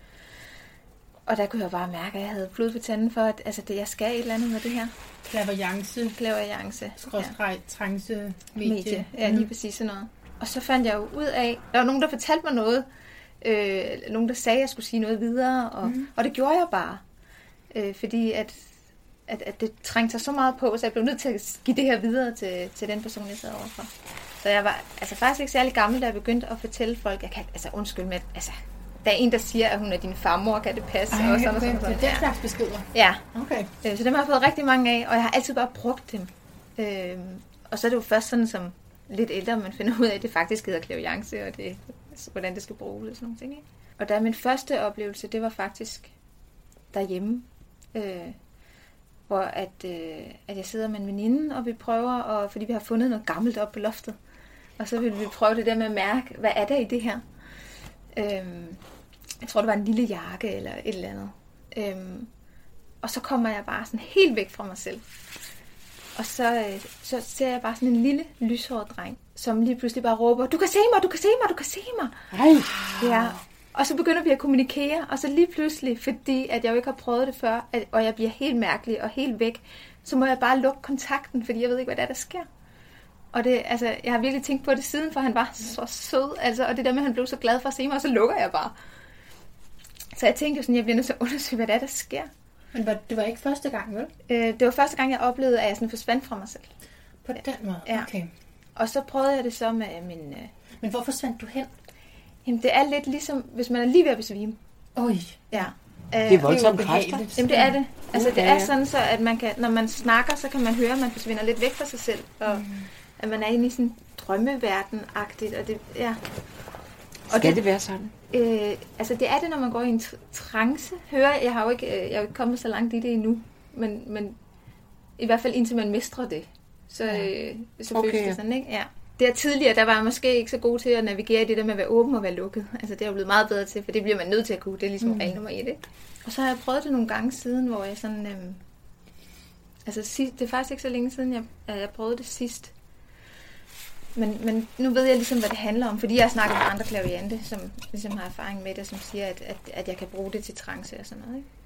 S4: Og der kunne jeg bare mærke, at jeg havde blod på tanden for, at altså, det, jeg skal et eller andet med det her.
S1: Clairvoyance.
S4: Clairvoyance.
S1: Skråstreg, trance,
S4: medie. medie. Ja, lige præcis sådan noget. Og så fandt jeg jo ud af, der var nogen, der fortalte mig noget, Øh, nogen, der sagde, at jeg skulle sige noget videre, og, mm. og det gjorde jeg bare. Øh, fordi at, at, at det trængte sig så meget på, så jeg blev nødt til at give det her videre til, til den person, jeg sad overfor. Så jeg var altså faktisk ikke særlig gammel, da jeg begyndte at fortælle folk, jeg kan, altså undskyld med, altså, der er en, der siger, at hun er din farmor, kan det passe?
S1: Ej,
S4: og sådan
S1: okay.
S4: og sådan.
S1: Det er den slags beskeder.
S4: Ja,
S1: okay.
S4: øh, så dem har jeg fået rigtig mange af, og jeg har altid bare brugt dem. Øh, og så er det jo først sådan, som lidt ældre, man finder ud af, at det faktisk hedder clairvoyance, og det hvordan det skal bruges og sådan nogle ting. Ikke? Og der min første oplevelse, det var faktisk derhjemme, øh, hvor at, øh, at jeg sidder med en veninde, og vi prøver, og, fordi vi har fundet noget gammelt op på loftet, og så vil vi prøve det der med at mærke, hvad er der i det her? Øh, jeg tror, det var en lille jakke eller et eller andet. Øhm, og så kommer jeg bare sådan helt væk fra mig selv. Og så, øh, så ser jeg bare sådan en lille lyshåret dreng, som lige pludselig bare råber, du kan se mig, du kan se mig, du kan se mig.
S2: Ej.
S4: Ja. Og så begynder vi at kommunikere, og så lige pludselig, fordi at jeg jo ikke har prøvet det før, at, og jeg bliver helt mærkelig og helt væk, så må jeg bare lukke kontakten, fordi jeg ved ikke, hvad der, er, der sker. Og det, altså, jeg har virkelig tænkt på det siden, for han var så sød, altså, og det der med, at han blev så glad for at se mig, og så lukker jeg bare. Så jeg tænkte jo sådan, jeg bliver nødt til at undersøge, hvad der, er, der sker.
S1: Men det var ikke første gang, vel?
S4: Øh, det var første gang, jeg oplevede, at jeg sådan forsvandt fra mig selv.
S1: På den måde?
S4: Ja.
S1: Okay.
S4: Og så prøvede jeg det så med min... Øh...
S1: Men hvor forsvandt du hen?
S4: Jamen, det er lidt ligesom, hvis man er lige ved at besvime.
S1: Oj.
S4: Ja.
S2: Det er voldsomt kraftigt.
S4: Jamen, det er det. Altså, det er sådan så, at man kan, når man snakker, så kan man høre, at man forsvinder lidt væk fra sig selv. Og mm. at man er inde i sådan en drømmeverden-agtigt. Og det, ja. Og
S2: Skal
S4: det,
S2: det være sådan?
S4: Øh, altså, det er det, når man går i en trance. Hører, jeg har jo ikke, jeg er jo ikke kommet så langt i det endnu. Men, men i hvert fald indtil man mestrer det. Så, ja. øh, så okay, føles det sådan, ikke? Ja. Der tidligere, der var jeg måske ikke så god til at navigere i det der med at være åben og være lukket. Altså det er jo blevet meget bedre til, for det bliver man nødt til at kunne. Det er ligesom mm. regel nummer et, ikke? Og så har jeg prøvet det nogle gange siden, hvor jeg sådan... Øhm, altså det er faktisk ikke så længe siden, jeg, jeg prøvede det sidst. Men, men nu ved jeg ligesom, hvad det handler om. Fordi jeg har snakket med andre klaviante, som ligesom har erfaring med det, som siger, at, at, at jeg kan bruge det til trance og sådan noget, ikke?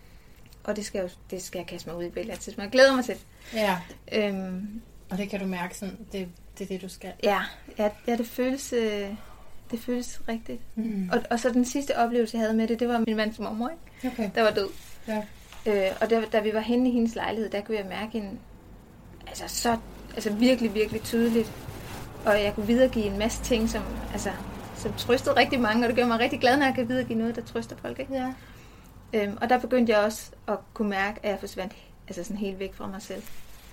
S4: Og det skal, jo, det skal jeg kaste mig ud i billedet. Så jeg glæder mig til.
S1: Ja.
S4: Øhm,
S1: og det kan du mærke sådan, det, det er det, du skal.
S4: Ja, ja, ja det føles, øh, det føles rigtigt. Mm. Og, og så den sidste oplevelse, jeg havde med det, det var min mands mormor, ikke?
S1: Okay.
S4: Der var død.
S1: Ja.
S4: Øh, og der, da vi var henne i hendes lejlighed, der kunne jeg mærke en, altså så, altså virkelig, virkelig tydeligt. Og jeg kunne videregive en masse ting, som, altså, som trøstede rigtig mange, og det gør mig rigtig glad, når jeg kan videregive noget, der trøster folk, ikke?
S1: Ja.
S4: Øhm, og der begyndte jeg også at kunne mærke, at jeg forsvandt altså sådan helt væk fra mig selv.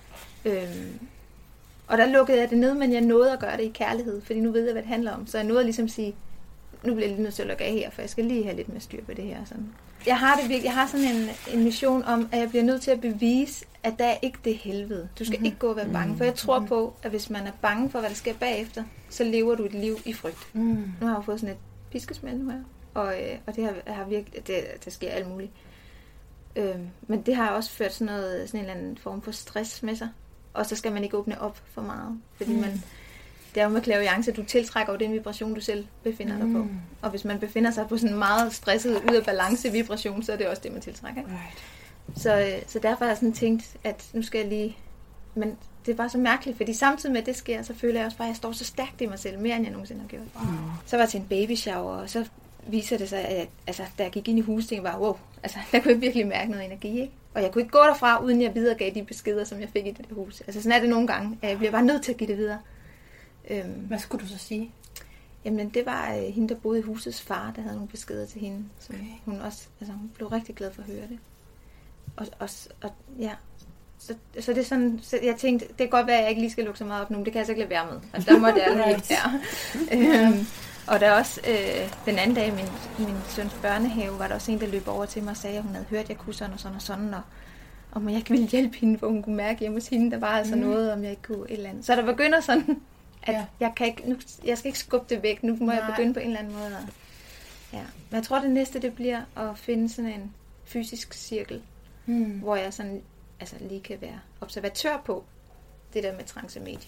S4: Øhm, og der lukkede jeg det ned, men jeg nåede at gøre det i kærlighed, fordi nu ved jeg, hvad det handler om. Så jeg nåede at ligesom sige, nu bliver jeg lige nødt til at lukke af her, for jeg skal lige have lidt mere styr på det her. Sådan. Jeg har det virkelig, jeg har sådan en, en mission om, at jeg bliver nødt til at bevise, at der er ikke det helvede. Du skal mm-hmm. ikke gå og være bange, for jeg tror mm-hmm. på, at hvis man er bange for, hvad der sker bagefter, så lever du et liv i frygt. Mm. Nu har jeg fået sådan et piskesmæld nu her. Og, øh, og det har, har virkelig, det, der sker alt muligt. Øh, men det har også ført sådan, noget, sådan en eller anden form for stress med sig. Og så skal man ikke åbne op for meget. Fordi mm. man, det er jo med clairvoyance, du tiltrækker jo den vibration, du selv befinder mm. dig på. Og hvis man befinder sig på sådan en meget stresset, ud af balance vibration, så er det også det, man tiltrækker. Right. Så, øh, så derfor har jeg sådan tænkt, at nu skal jeg lige... Men det er bare så mærkeligt, fordi samtidig med, at det sker, så føler jeg også bare, at jeg står så stærkt i mig selv, mere end jeg nogensinde har gjort. Mm. Så var jeg til en baby shower, og så viser det sig, at altså, da jeg gik ind i huset, tænkte jeg bare, wow, altså, der kunne jeg virkelig mærke noget energi, ikke? Og jeg kunne ikke gå derfra, uden jeg videregav de beskeder, som jeg fik i det der hus. Altså sådan er det nogle gange. Jeg bliver bare nødt til at give det videre. Øhm,
S1: Hvad skulle du så sige?
S4: Jamen, det var øh, hende, der boede i husets far, der havde nogle beskeder til hende. Som okay. hun også, altså hun blev rigtig glad for at høre det. Og, og, og ja, så, så det er sådan, så jeg tænkte, det kan godt være, at jeg ikke lige skal lukke så meget op nu, men det kan jeg så ikke lade være med. Altså, der må det allerede ikke være. øhm, Og der også øh, den anden dag i min, min søns børnehave, var der også en, der løb over til mig og sagde, at hun havde hørt, at jeg kunne sådan og sådan og sådan, og om jeg ikke ville hjælpe hende, for hun kunne mærke hjemme hos hende, der var altså mm. noget, om jeg ikke kunne et eller andet. Så der begynder sådan, at ja. jeg, kan ikke, nu, jeg skal ikke skubbe det væk, nu må Nej. jeg begynde på en eller anden måde. Ja. Men jeg tror, det næste, det bliver at finde sådan en fysisk cirkel, mm. hvor jeg sådan, altså lige kan være observatør på det der med transemedie.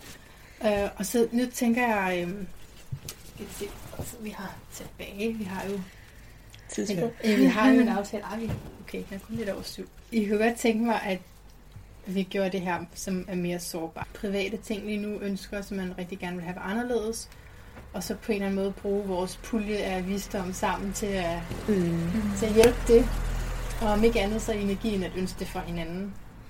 S1: Øh, og så nu tænker jeg... Øh, vi har tilbage, vi har jo øh, vi har jo en aftale. Ej, okay, jeg er kun lidt over syv. I kunne godt tænke mig, at vi gjorde det her, som er mere sårbart. Private ting lige nu ønsker, som man rigtig gerne vil have anderledes, og så på en eller anden måde bruge vores pulje af visdom sammen til at, mm. til at hjælpe det, og om ikke andet så er energien at ønske det for hinanden.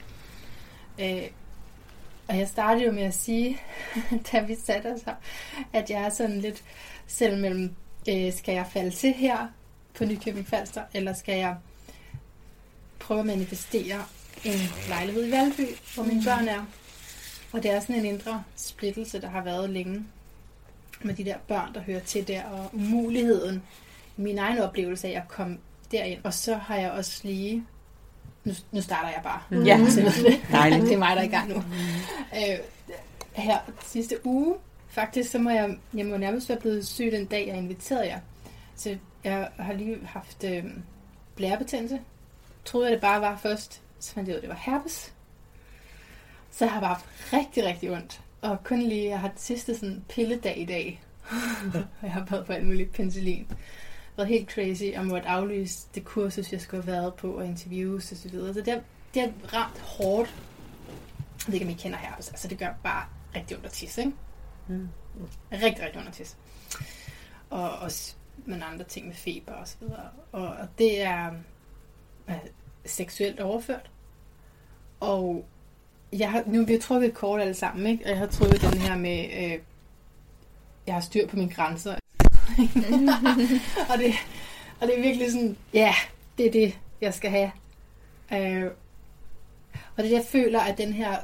S1: Øh, Og jeg startede jo med at sige, da vi satte os her, at jeg er sådan lidt selv mellem, øh, skal jeg falde til her på Nykøbing Falster, eller skal jeg prøve at manifestere en lejlighed i Valby, hvor mine børn er. Og det er sådan en indre splittelse, der har været længe med de der børn, der hører til der, og umuligheden, min egen oplevelse af at komme derind. Og så har jeg også lige... Nu, nu starter jeg bare.
S2: Mm. Ja,
S1: dejligt. Det er mig, der er i gang nu. Mm. Øh, her sidste uge, faktisk, så må jeg, jeg må nærmest være blevet syg den dag, jeg inviterede jer. Så jeg har lige haft øh, blærebetændelse troede jeg, det bare var først. Så fandt jeg ud af, det var herpes. Så jeg har bare haft rigtig, rigtig ondt. Og kun lige, jeg har det sidste sådan pilledag i dag. Jeg har været på alt muligt penicillin. Været helt crazy, og måtte aflyse det kursus, jeg skulle have været på, og interviews og så videre. Så det har, det har ramt hårdt. Jeg ved ikke, om I kender herpes. Altså, det gør bare rigtig ondt at tisse, ikke? Mm. Rigtig, rigtig ondt at tisse. Og også med andre ting med feber og så videre. Og, og det er øh, seksuelt overført. Og jeg har, nu vi har trukket et kort alle sammen, ikke? Og jeg har trukket den her med, øh, jeg har styr på mine grænser. og, det, og det er virkelig sådan, ja, det er det, jeg skal have. Øh, og det jeg føler, at den her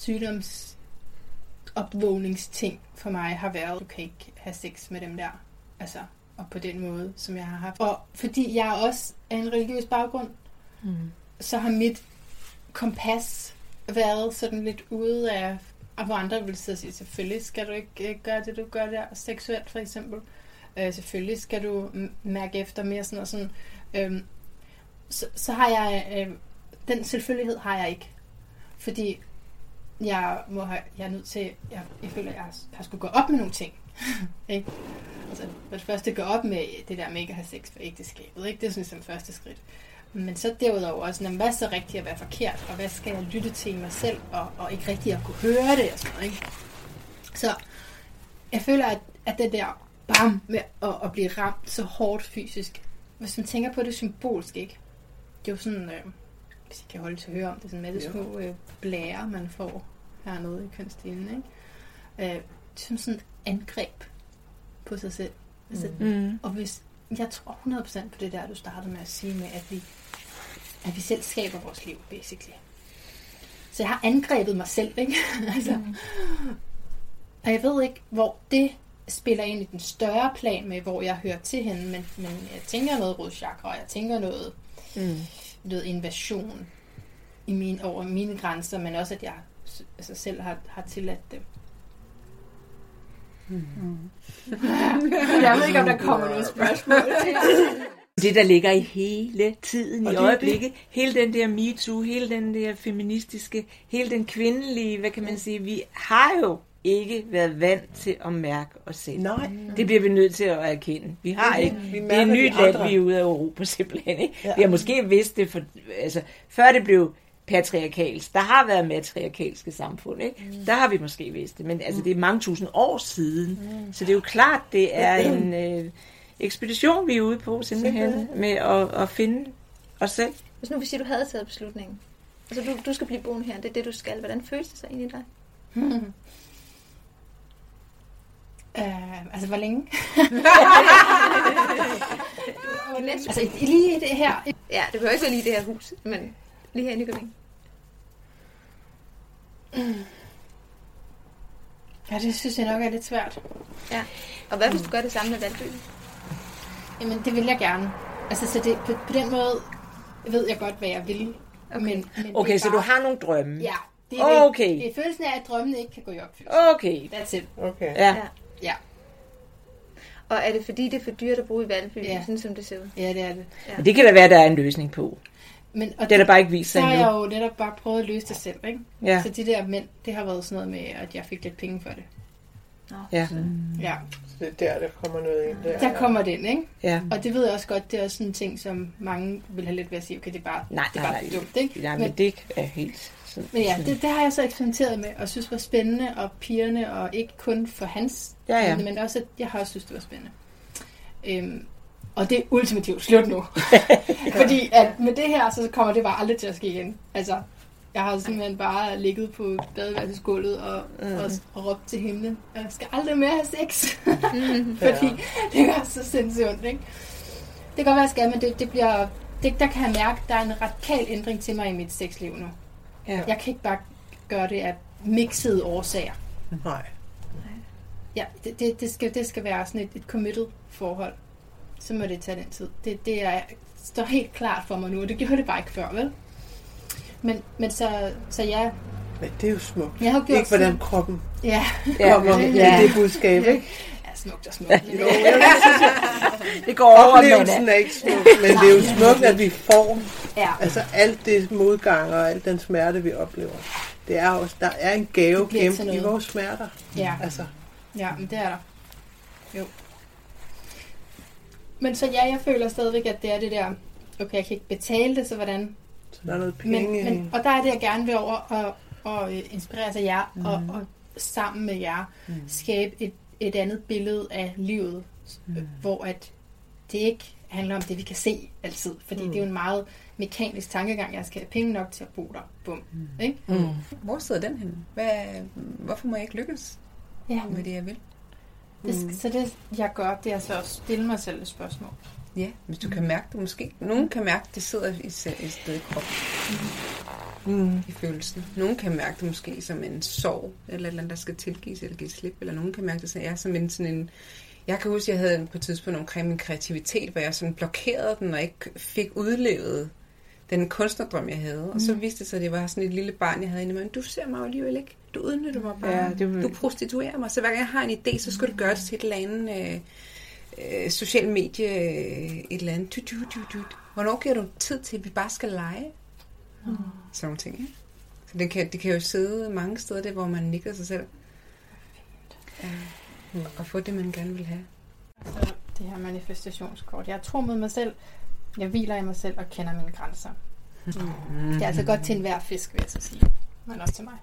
S1: sygdomsopvågningsting for mig har været, du kan ikke have sex med dem der. Altså, og på den måde, som jeg har haft. Og fordi jeg også er en religiøs baggrund, mm. så har mit kompas været sådan lidt ude af, og hvor andre vil sige, selvfølgelig skal du ikke gøre det, du gør der seksuelt for eksempel. Øh, selvfølgelig skal du mærke efter mere sådan og sådan. Øh, så, så har jeg, øh, den selvfølgelighed har jeg ikke. Fordi jeg, må have, jeg er nødt til, jeg, jeg føler, at jeg har, har skulle gå op med nogle ting. Ikke? Altså, for det første gå op med det der med ikke at have sex for ægteskabet. Ikke? Det er sådan som første skridt. Men så derudover også, hvad er så rigtigt at være forkert, og hvad skal jeg lytte til i mig selv, og, og ikke rigtigt at kunne høre det, og sådan noget, ikke? Så jeg føler, at, at det der bam, med at, at blive ramt så hårdt fysisk, hvis man tænker på det symbolsk, ikke? Det er jo sådan, øh, hvis I kan holde til at høre om det, sådan med det små øh, blære, man får hernede i kønsstilen, ikke? Øh, det er som sådan et angreb på sig selv. Altså, mm. Og hvis jeg tror hundrede procent på det der, du startede med at sige med, at vi, at vi selv skaber vores liv, basically. Så jeg har angrebet mig selv, ikke? altså, mm. Og jeg ved ikke, hvor det spiller ind i den større plan med, hvor jeg hører til hende, men, men jeg tænker noget rodchakra, og jeg tænker noget, mm. noget invasion i min, over mine grænser, men også, at jeg altså, selv har, har tilladt det. Mm. Jeg ved ikke, om der kommer nogle spørgsmål til.
S2: Det, der ligger i hele tiden, og i øjeblikket, det. hele den der MeToo, hele den der feministiske, hele den kvindelige, hvad kan man sige, vi har jo ikke været vant til at mærke os selv. Nej. Det bliver vi nødt til at erkende. Vi har ikke. Vi det er et nyt land, vi er ude af Europa simpelthen. Ikke? Ja. Vi har måske vidst det, for, altså, før det blev patriarkalsk. Der har været matriarkalske samfund, ikke? Mm. Der har vi måske vidst det, men altså, det er mange tusind år siden. Mm. Så det er jo klart, det er en øh, ekspedition, vi er ude på simpelthen, med at, at finde os selv.
S4: Hvis nu vi siger, du havde taget beslutningen, altså du, du skal blive boende her, det er det, du skal. Hvordan føles det så egentlig dig?
S1: Hmm. Uh, altså, hvor længe? altså, lige i det her.
S4: Ja, det behøver ikke være lige det her hus, men lige her i Nykøbing.
S1: Mm. Ja, det synes jeg nok er lidt svært.
S4: Ja. Og hvad hvis du gør det samme med Valby?
S1: Jamen, det vil jeg gerne. Altså, så det, på, på den måde ved jeg godt, hvad jeg vil.
S2: Okay, men, men okay så bare... du har nogle drømme?
S1: Ja. Det er,
S2: okay.
S1: det, det er følelsen af, at drømmene ikke kan gå i opfyldelse.
S2: Okay.
S1: That's it.
S3: Okay.
S2: Ja.
S4: ja.
S1: Ja.
S4: Og er det fordi, det er for dyrt at bo i Valby,
S1: ja.
S4: sådan som det ser ud?
S1: Ja, det er det.
S2: Ja. Men det kan da være, der er en løsning på.
S1: Men, og
S2: det er der bare ikke vist sig
S1: endnu. Så har
S2: endnu.
S1: jeg jo netop bare prøvet at løse det selv, ikke?
S2: Ja.
S1: Så de der mænd, det har været sådan noget med, at jeg fik lidt penge for det.
S4: Nå.
S2: Ja.
S1: Ja.
S3: Så det er der, der kommer noget ind. Der,
S1: der kommer den, ikke?
S2: Ja.
S1: Og det ved jeg også godt, det er også sådan en ting, som mange vil have lidt ved at sige, okay, det er bare,
S2: nej,
S1: det er bare
S2: nej,
S1: dumt, ikke?
S2: Nej, men, men det er helt... Sådan.
S1: Men ja, det, det har jeg så eksperimenteret med, og synes var spændende, og pigerne, og ikke kun for hans,
S2: ja, ja.
S1: men også, at jeg har også synes, det var spændende. Øhm, og det er ultimativt slut nu. Fordi at med det her, så kommer det bare aldrig til at ske igen. Altså, jeg har simpelthen bare ligget på badeværelsesgulvet og, mm. og, og råbt til himlen, jeg skal aldrig mere have sex. Fordi det gør så sindssygt ondt, ikke? Det kan godt være, jeg skal, men det, det bliver, det, der kan jeg mærke, der er en radikal ændring til mig i mit sexliv nu. Ja. Jeg kan ikke bare gøre det af mixede årsager.
S3: Nej.
S1: Ja, det, det, det, skal, det skal være sådan et, et committed forhold. Så må det tage den tid. Det, det er, står helt klart for mig nu, og det gjorde det bare ikke før, vel? Men, men så, så ja.
S3: Men det er jo smukt.
S1: Jeg har gjort
S3: ikke hvordan kroppen
S1: ja.
S3: kommer med
S2: ja.
S3: det budskab, ikke?
S1: Altså, smukt og smukt. Men
S3: Jo,
S1: det,
S3: jeg
S2: Det går over,
S3: Oplevelsen
S2: Amanda.
S3: er ikke smuk, men det er jo smukt, at vi får
S1: ja.
S3: altså alt det modgang og al den smerte, vi oplever. Det er også, der er en gave
S1: Det bliver
S3: gemt
S1: til
S3: i
S1: noget.
S3: vores smerter.
S1: Ja.
S3: Altså,
S1: Ja, men det er der. Jo. Men så ja, jeg føler stadigvæk, at det er det der, okay, jeg kan ikke betale det, så hvordan?
S3: så der er noget penge
S1: Men,
S3: i.
S1: men, og der er det, jeg gerne vil over og, og øh, inspirere sig jer, mm. og, og sammen med jer mm. skabe et, et andet billede af livet, mm. hvor at det ikke handler om det, vi kan se altid. Fordi mm. det er jo en meget mekanisk tankegang, jeg skal have penge nok til at bo der. Bum. Mm. Ikke?
S2: Mm.
S5: Hvor sidder den henne? Hvad, hvorfor må jeg ikke lykkes
S1: Ja.
S5: med det, jeg vil?
S1: Det, så det, jeg gør, det er så at stille mig selv et spørgsmål.
S5: Ja, hvis du kan mærke det måske. Nogen kan mærke, at det sidder i selv et sted i kroppen.
S2: Mm.
S5: I følelsen. Nogen kan mærke det måske som en sorg, eller et eller andet, der skal tilgives eller gives slip. Eller nogen kan mærke det som, ja, som en sådan en... Jeg kan huske, at jeg havde på et tidspunkt omkring min kreativitet, hvor jeg sådan blokerede den, og ikke fik udlevet den kunstnerdrøm, jeg havde. Og så viste det sig, at det var sådan et lille barn, jeg havde inde i mig. Du ser mig jo alligevel ikke. Du udnytter mig bare.
S2: Ja, det vil...
S5: Du prostituerer mig. Så hver gang jeg har en idé, så skal du gøre det til et eller andet øh, øh, social medie, øh, et eller andet. Du, du, du, du. Hvornår giver du tid til, at vi bare skal lege? Mm. Sådan nogle ting, ikke? Så det kan, det kan jo sidde mange steder, der, hvor man nikker sig selv. Ja. Og få det, man gerne vil have.
S1: Altså, det her manifestationskort. Jeg tror med mig selv. Jeg hviler i mig selv og kender mine grænser. Mm. Det er altså godt til enhver fisk, vil jeg så sige. Men også til mig.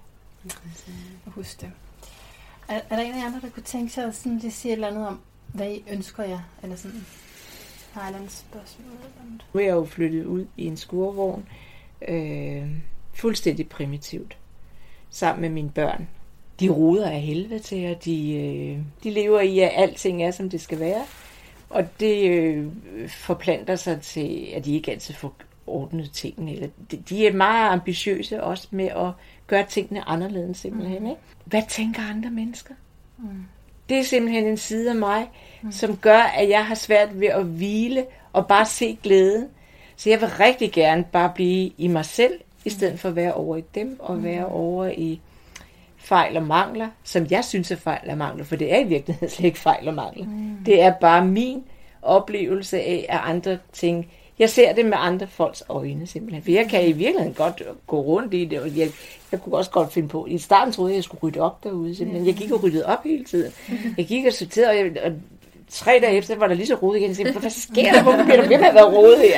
S1: Og husk det. Er, er der en af jer andre, der kunne tænke sig at sådan, det siger et eller andet om, hvad I ønsker jer? Eller sådan, har et eller andet spørgsmål? Eller andet?
S2: Nu er jeg jo flyttet ud i en skurvogn. Øh, fuldstændig primitivt. Sammen med mine børn. De roder af helvede til, og de, øh, de lever i, at alting er, som det skal være. Og det øh, forplanter sig til, at de ikke altid får ordnet tingene. Eller de, de er meget ambitiøse også med at gøre tingene anderledes simpelthen. Mm. Ikke? Hvad tænker andre mennesker? Mm. Det er simpelthen en side af mig, mm. som gør, at jeg har svært ved at hvile og bare se glæden. Så jeg vil rigtig gerne bare blive i mig selv, i stedet for at være over i dem, og være over i fejl og mangler, som jeg synes er fejl og mangler, for det er i virkeligheden slet ikke fejl og mangler. Mm. Det er bare min oplevelse af, at andre ting, jeg ser det med andre folks øjne simpelthen, for jeg kan i virkeligheden godt gå rundt i det, og jeg, jeg kunne også godt finde på, i starten troede jeg, jeg skulle rydde op derude simpelthen, jeg gik og ryddede op hele tiden, jeg gik og sorterede, og, jeg, og tre dage efter var der lige så rodet igen, og jeg hvad sker der, hvorfor bliver der ved med at være rodet her?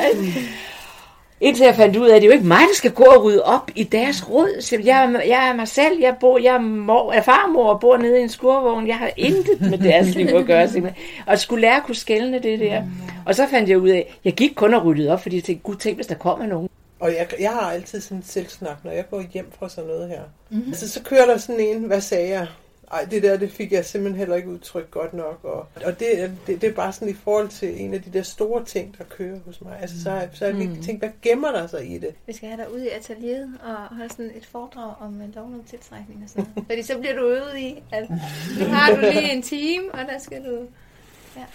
S2: Indtil jeg fandt ud af, at det er jo ikke mig, der skal gå og rydde op i deres rod. Så jeg, jeg er mig selv, jeg, bor, jeg er, mor, er farmor og bor nede i en skurvogn. Jeg har intet med deres liv at gøre. Simpelthen. Og skulle lære at kunne skelne det der. Og så fandt jeg ud af, at jeg gik kun og ryddede op, fordi jeg tænkte, gud, tænk, hvis der kommer nogen.
S3: Og jeg, jeg har altid sådan en selvsnak, når jeg går hjem fra sådan noget her. Mm-hmm. Altså, så kører der sådan en, hvad sagde jeg? Ej, det der, det fik jeg simpelthen heller ikke udtrykt godt nok. Og, og det, det, det er bare sådan i forhold til en af de der store ting, der kører hos mig. Altså, så, er, så er jeg virkelig tænkt, hvad gemmer der sig i det?
S4: Vi skal have dig ude i atelieret og have sådan et foredrag om lovlig tiltrækning og sådan noget. Fordi så bliver du øvet i, at nu har du lige en time, og der skal du... Ja.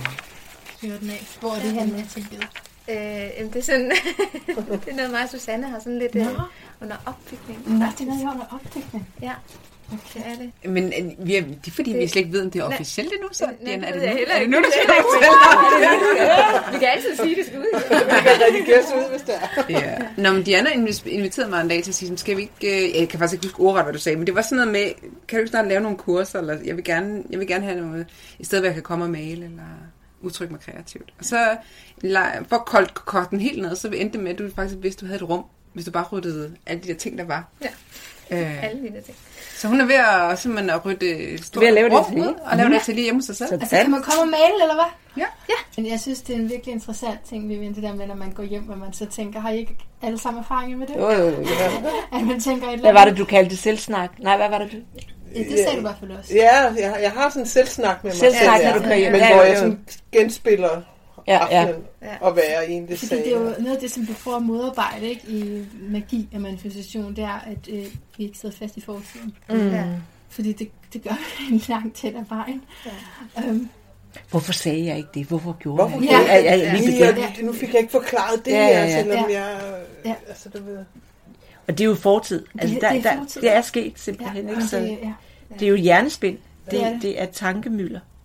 S1: Fyre den af. Hvor er det her med atelieret?
S4: Øh, det er sådan... det er noget meget, Susanne har sådan lidt øh, under opbygning.
S1: Nå, det er noget, jeg under opdækning.
S4: Ja. Okay, er det.
S5: Men øh, vi er, det er fordi, det, vi slet ikke ved, om det er officielt endnu, så
S4: nej,
S5: Diana, er
S4: det
S5: det nu,
S4: ved jeg
S5: er det nu,
S4: heller
S5: du
S4: ikke.
S5: skal fortælle dig?
S4: Vi kan altid sige, det skal ud.
S3: Det kan redigeres ud, hvis det er.
S5: Ja. Nå, men Diana inviterede mig en dag til at sige, skal vi ikke, øh, jeg kan faktisk ikke huske ordret, hvad du sagde, men det var sådan noget med, kan du ikke snart lave nogle kurser, eller jeg vil gerne, jeg vil gerne have noget, i stedet hvor jeg kan komme og male, eller udtrykke mig kreativt. Og så, for at kolde korten helt ned, så endte det med, at du faktisk vidste, du havde et rum, hvis du bare ryddede alle de der ting, der var.
S4: Ja, øh. alle de der ting.
S5: Så hun er ved at, simpelthen at rydde stort
S2: at lave det
S5: rum ud, og lave det til lige hjemme hos sig selv.
S1: Altså, kan man komme og male, eller hvad?
S5: Ja.
S1: Ja. Men jeg synes, det er en virkelig interessant ting, Vivian, det der med, når man går hjem, og man så tænker, har I ikke alle sammen erfaringer med det?
S2: Jo, jo, jo.
S1: At man tænker et eller
S2: Hvad var det, du kaldte selvsnak? Nej, hvad var det, du?
S1: Ja, det sagde du i hvert fald også.
S3: Ja, jeg, jeg har sådan en selvsnak med mig
S2: Selvsnak,
S3: selv,
S2: når du kører hjem.
S3: men
S2: Ja,
S3: hvor
S2: jo,
S3: jeg
S2: jo.
S3: sådan genspiller
S2: Ja, ja.
S3: aftenen og være i en, det
S1: Fordi
S3: sagde
S1: det er jo
S3: jeg.
S1: noget af det, som vi prøver at modarbejde, ikke, i magi og manifestation, det er, at øh, vi ikke sidder fast i fortiden.
S2: Mm.
S4: Ja.
S1: Fordi det, det gør vi en lang tæt af vejen.
S4: Ja.
S1: Um,
S2: Hvorfor sagde jeg ikke det? Hvorfor gjorde
S3: Hvorfor
S2: jeg
S1: gjorde
S2: det?
S1: jeg
S2: Ja, ja,
S1: det?
S2: lige
S3: Ja,
S2: begyndt.
S3: ja, nu fik jeg ikke forklaret det
S2: Ja,
S3: her,
S2: ja, ja.
S3: selvom
S1: Ja.
S3: jeg...
S1: Ja.
S3: Altså, du ved...
S2: Og det er jo fortid. Altså,
S1: Det-
S2: der,
S1: det er
S2: der,
S1: fortid.
S2: det er sket simpelthen.
S1: ja,
S2: Ikke? Så
S1: det, ja.
S2: det er jo hjernespind.
S1: Det er
S2: Det,
S1: det.
S2: det er tankemylder.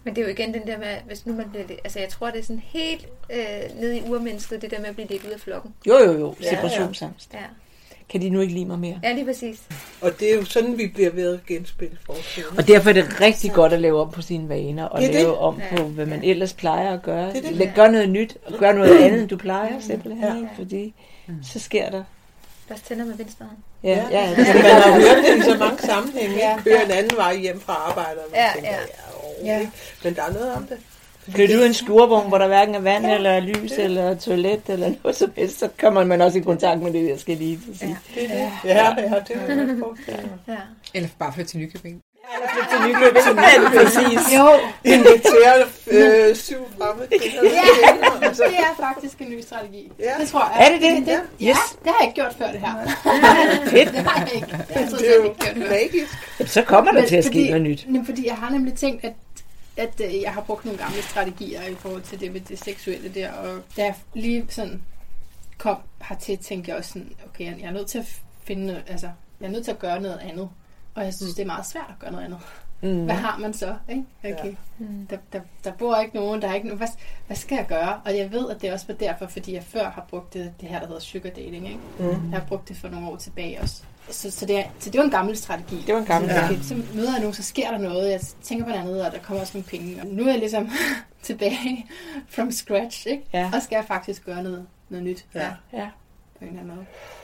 S4: Men det er jo igen den der med, hvis nu man bliver lidt, altså jeg tror, det er sådan helt øh, nede i urmennesket, det der med at blive lidt ud af flokken.
S2: Jo, jo, jo.
S3: Ja,
S2: Separationsangst.
S4: Ja.
S2: Kan de nu ikke lide mig mere?
S4: Ja, lige præcis.
S3: Og det er jo sådan, vi bliver ved at genspille forestillingen.
S2: Og derfor er det rigtig godt at lave om på sine vaner, og
S3: Det er
S2: lave
S3: det.
S2: om
S4: Ja.
S2: på, hvad man ellers plejer at gøre.
S3: Det er det.
S2: Læg- Gør noget nyt, og gør noget andet, end du plejer, simpelthen.
S3: Ja.
S2: Ikke? Fordi så sker der.
S4: Først tænder med venstre hånd.
S2: Ja, ja, ja.
S3: Altså, man har hørt det i så mange sammenhænge.
S1: Ja.
S3: Ja. Køre en anden vej hjem fra arbejde. Og man
S4: Ja,
S3: tænker,
S4: ja.
S3: ja,
S1: Ja.
S3: ja. Men der er noget om det.
S2: Kører du en skurvogn, hvor der hverken er vand, eller lys, eller toilet, eller noget som helst, så kommer man også i kontakt med det, jeg skal lige til at sige.
S4: Ja.
S3: Det er det. Ja, ja, det er jo forestille mig.
S4: Ja.
S5: Eller bare flytte til Nykøbing.
S2: Til Nykøbing. Ja, præcis.
S1: Jo,
S3: Inviterer øh, syv fremmede kvinder.
S1: ja, det er faktisk en ny strategi.
S3: Ja.
S1: Det tror jeg.
S2: Er det det?
S1: det ja,
S2: Yes.
S1: det har jeg ikke gjort før, det her.
S2: Fedt.
S1: Det har jeg ikke. Det har jeg
S3: Det er jo
S1: ikke gjort før.
S3: magisk.
S2: Jamen, så kommer der
S1: Men
S2: til at ske
S1: fordi-
S2: noget nyt.
S1: Jamen, fordi jeg har nemlig tænkt, at, at øh, jeg har brugt nogle gamle strategier i forhold til det med det seksuelle der, og da jeg lige sådan kom hertil, tænkte jeg også sådan, okay, jeg er nødt til at finde noget, altså, jeg er nødt til at gøre noget andet, og jeg synes, det er meget svært at gøre noget andet.
S2: Mm.
S1: Hvad har man så? Ikke? Okay.
S4: Mm.
S1: Der, der, der bor ikke nogen, der er ikke nogen. Hvad, hvad skal jeg gøre? Og jeg ved, at det også var derfor, fordi jeg før har brugt det, det her, der hedder sugar dating. Ikke?
S3: Mm.
S1: Jeg har brugt det for nogle år tilbage også. Så, så, det, er, så det var en gammel strategi.
S2: Det var en gammel
S1: så,
S3: strategi.
S1: okay, så møder jeg nogen, så sker der noget. Jeg tænker på noget andet, og der kommer også nogle penge. Og nu er jeg ligesom tilbage from scratch. Ikke?
S2: Ja.
S1: Og skal jeg faktisk gøre noget, noget nyt.
S3: Ja.
S2: Ja.
S1: På en eller anden måde.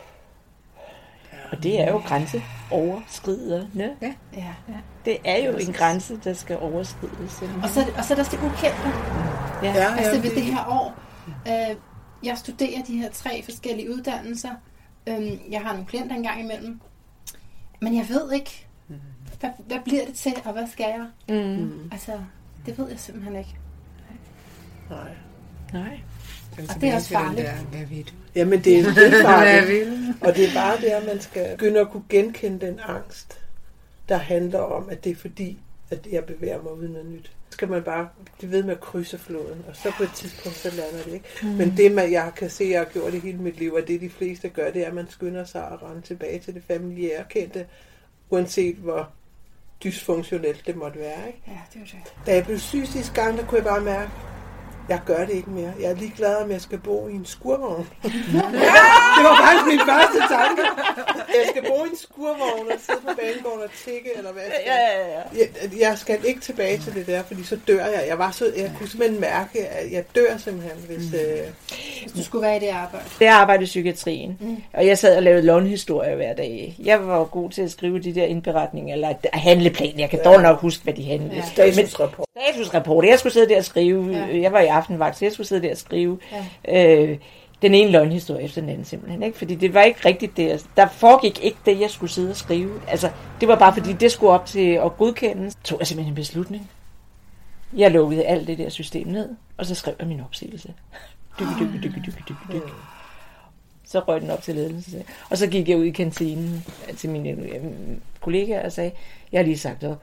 S2: Og det er jo grænseoverskridende.
S1: Ja.
S2: Det er jo en grænse, der skal overskrides. simpelthen.
S1: Og så, er det- og så er der også det ukendte.
S2: Ja.
S3: Ja,
S1: Altså
S3: ja,
S1: ved det her år, øh, jeg studerer de her tre forskellige uddannelser. Øhm, jeg har nogle klienter engang imellem. Men jeg ved ikke, hvad, hvad bliver det til, og hvad skal jeg?
S2: Mm.
S1: Altså, det ved jeg simpelthen ikke.
S3: Nej.
S2: Nej.
S1: Og det er også farligt.
S5: Hvad ved du?
S3: Jamen, det er det er
S5: Hvad
S3: farligt.
S5: ved du?
S3: Og det er bare det, at man skal begynde at kunne genkende den angst, der handler om, at det er fordi, at jeg bevæger mig uden noget nyt. Så skal man bare det ved med at krydse floden, og så på et tidspunkt, så lander det ikke. Mm. Men det, man, jeg kan se, jeg har gjort i hele mit liv, og det de fleste gør, det er, at man skynder sig at rende tilbage til det familiære kendte, uanset hvor dysfunktionelt det måtte være. Ikke?
S1: Ja, det er jo det.
S3: Da jeg blev syg sidste gang, der kunne jeg bare mærke, jeg gør det ikke mere. Jeg er lige glad, om jeg skal bo i en skurvogn. Det var faktisk min første tanke. Jeg skal bo i en skurvogn og sidde på banegården og tikke, eller hvad jeg skal.
S2: Ja, ja, ja.
S3: Jeg, jeg skal ikke tilbage til det der, fordi så dør jeg. Jeg, var så, jeg kunne simpelthen mærke, at jeg dør simpelthen, hvis... Mm. Øh,
S1: Hvis du skulle være i det arbejde.
S2: Jeg arbejdede i psykiatrien,
S1: Mm.
S2: og jeg sad og lavede løgnhistorier hver dag. Jeg var jo god til at skrive de der indberetninger, eller handleplan. Jeg kan
S3: Ja.
S2: dog nok huske, hvad de handlede.
S1: Ja.
S2: Men
S3: statusrapport.
S2: statusrapport. Jeg skulle sidde der og skrive.
S1: Ja.
S2: Jeg var i aftenvagt, så jeg skulle sidde der og skrive.
S1: Ja.
S2: Øh, den ene løgnhistorie efter den anden simpelthen. Ikke? Fordi det var ikke rigtigt det. jeg- Der foregik ikke det, jeg skulle sidde og skrive. Altså, det var bare fordi, det skulle op til at godkendes. Så tog jeg simpelthen en beslutning. Jeg lukkede alt det der system ned, og så skrev jeg min opsigelse. Dykke, dykke, dykke, dykke, dykke, dykke. Så røg den op til ledelsen. Og så gik jeg ud i kantinen til mine øh, kollegaer og sagde, jeg har lige sagt op.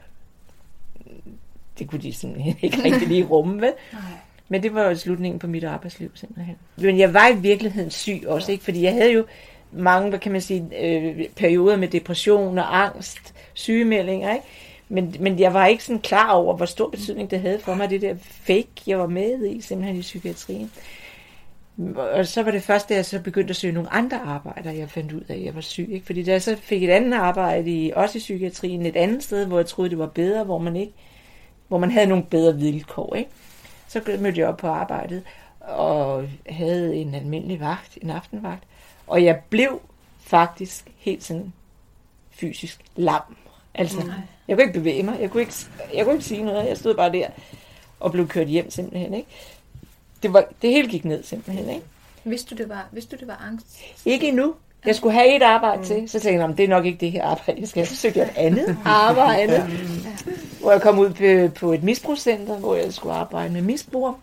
S2: Det kunne de simpelthen ikke rigtig lige rumme, vel?
S1: Nej.
S2: Men det var jo slutningen på mit arbejdsliv simpelthen. Men jeg var i virkeligheden syg også, ikke? Fordi jeg havde jo mange, hvad kan man sige, øh, perioder med depression og angst, sygemeldinger, ikke? Men, men jeg var ikke sådan klar over, hvor stor betydning det havde for mig, det der fake, jeg var med i, simpelthen i psykiatrien. Og så var det først, da jeg så begyndte at søge nogle andre arbejder, jeg fandt ud af, at jeg var syg. Ikke? Fordi da jeg så fik et andet arbejde, i, også i psykiatrien, et andet sted, hvor jeg troede, det var bedre, hvor man ikke, hvor man havde nogle bedre vilkår, ikke? Så mødte jeg op på arbejdet, og havde en almindelig vagt, en aftenvagt. Og jeg blev faktisk helt sådan fysisk lam. Altså,
S1: Nej.
S2: jeg kunne ikke bevæge mig, jeg kunne ikke, jeg kunne ikke sige noget, jeg stod bare der og blev kørt hjem simpelthen, ikke? Det, var, det hele gik ned simpelthen, ikke?
S4: Vidste du, det var, vidste du, det var angst?
S2: Ikke endnu. Jeg skulle have et arbejde mm. til. Så tænkte jeg, det er nok ikke det her arbejde, jeg skal. Så søgte jeg et andet arbejde, ja. Hvor jeg kom ud på, på et misbrugscenter, hvor jeg skulle arbejde med misbrugere.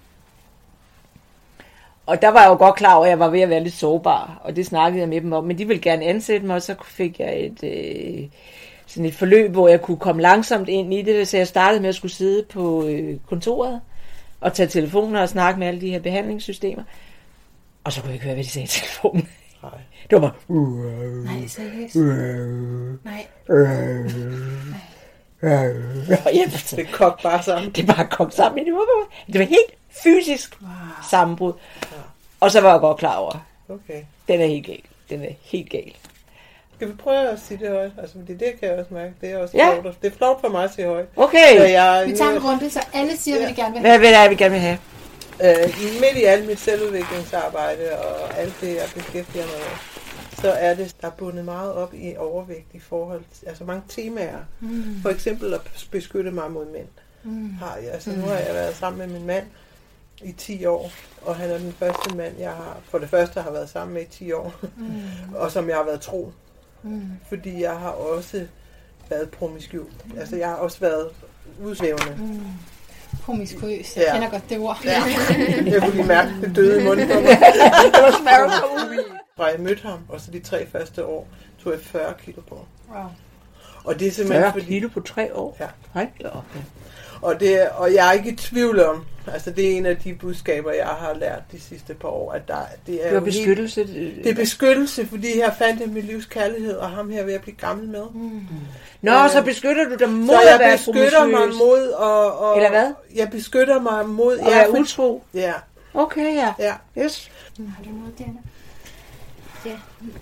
S2: Og der var jeg jo godt klar over, at jeg var ved at være lidt sårbar, og det snakkede jeg med dem om. Men de ville gerne ansætte mig, og så fik jeg et, øh, sådan et forløb, hvor jeg kunne komme langsomt ind i det. Så jeg startede med at skulle sidde på øh, kontoret og tage telefoner og snakke med alle de her behandlingssystemer. Og så kunne jeg ikke høre, hvad de sagde i telefonen.
S3: Nej.
S2: Det var bare...
S1: Nej, seriøst. Nej.
S3: Det kogte bare sammen.
S2: Det bare kom sammen i hovedet. Det var helt fysisk sammenbrud. Og så var jeg godt klar over,
S3: Okay.
S2: den er helt gal. Den er helt gal.
S3: Skal vi prøve at sige det højt? Altså, fordi det kan jeg også mærke. Det er også
S2: Ja.
S3: flot. Det er flot for mig at sige højt.
S2: Okay.
S3: Så jeg,
S1: Vi tager en runde, så alle siger,
S3: Ja.
S1: hvad de gerne vil.
S2: Hvad vil jeg, vi gerne vil have?
S3: øh, midt i alt mit selvudviklingsarbejde og alt det, jeg beskæftiger mig med, så er det, der er bundet meget op i overvægt i forhold til, altså mange temaer. Mm. For eksempel at beskytte mig mod mænd. Mm. Har jeg, altså, nu har jeg været sammen med min mand i ti år, og han er den første mand, jeg har, for det første har været sammen med i ti år, mm. og som jeg har været tro. Mm. Fordi jeg har også været promiskuv. Mm. Altså, jeg har også været udsvævende. Mm.
S1: Promiskuøs. Jeg
S3: Ja.
S1: kender godt det ord.
S3: Ja. Jeg kunne lige mærke, det døde i munden på mig.
S2: Det var smager.
S3: Fra jeg mødte ham, og så de tre første år, tog jeg fyrre kilo på.
S1: Wow.
S3: Og det er simpelthen
S2: fyrre
S3: fordi...
S2: kilo på tre år?
S3: Ja.
S2: Hold da op.
S3: Og, det, og jeg er ikke i tvivl om, altså det er en af de budskaber, jeg har lært de sidste par år, at der, det er
S2: Det var
S3: jo
S2: beskyttelse.
S3: Helt, det er beskyttelse, fordi her fandt jeg mit livs kærlighed, og ham her ved at blive gammel med. Mm.
S2: Nå, så beskytter du dig mod
S3: Så
S2: at
S3: jeg
S2: være
S3: beskytter mig
S2: promiskuøs.
S3: mod... Og, og,
S2: Eller hvad?
S3: Jeg beskytter mig mod...
S2: Og
S3: ja,
S2: være
S3: for-
S2: utro.
S3: Ja,
S2: Okay, ja.
S3: ja.
S2: Yes.
S1: Har du noget, Diana?
S4: Ja.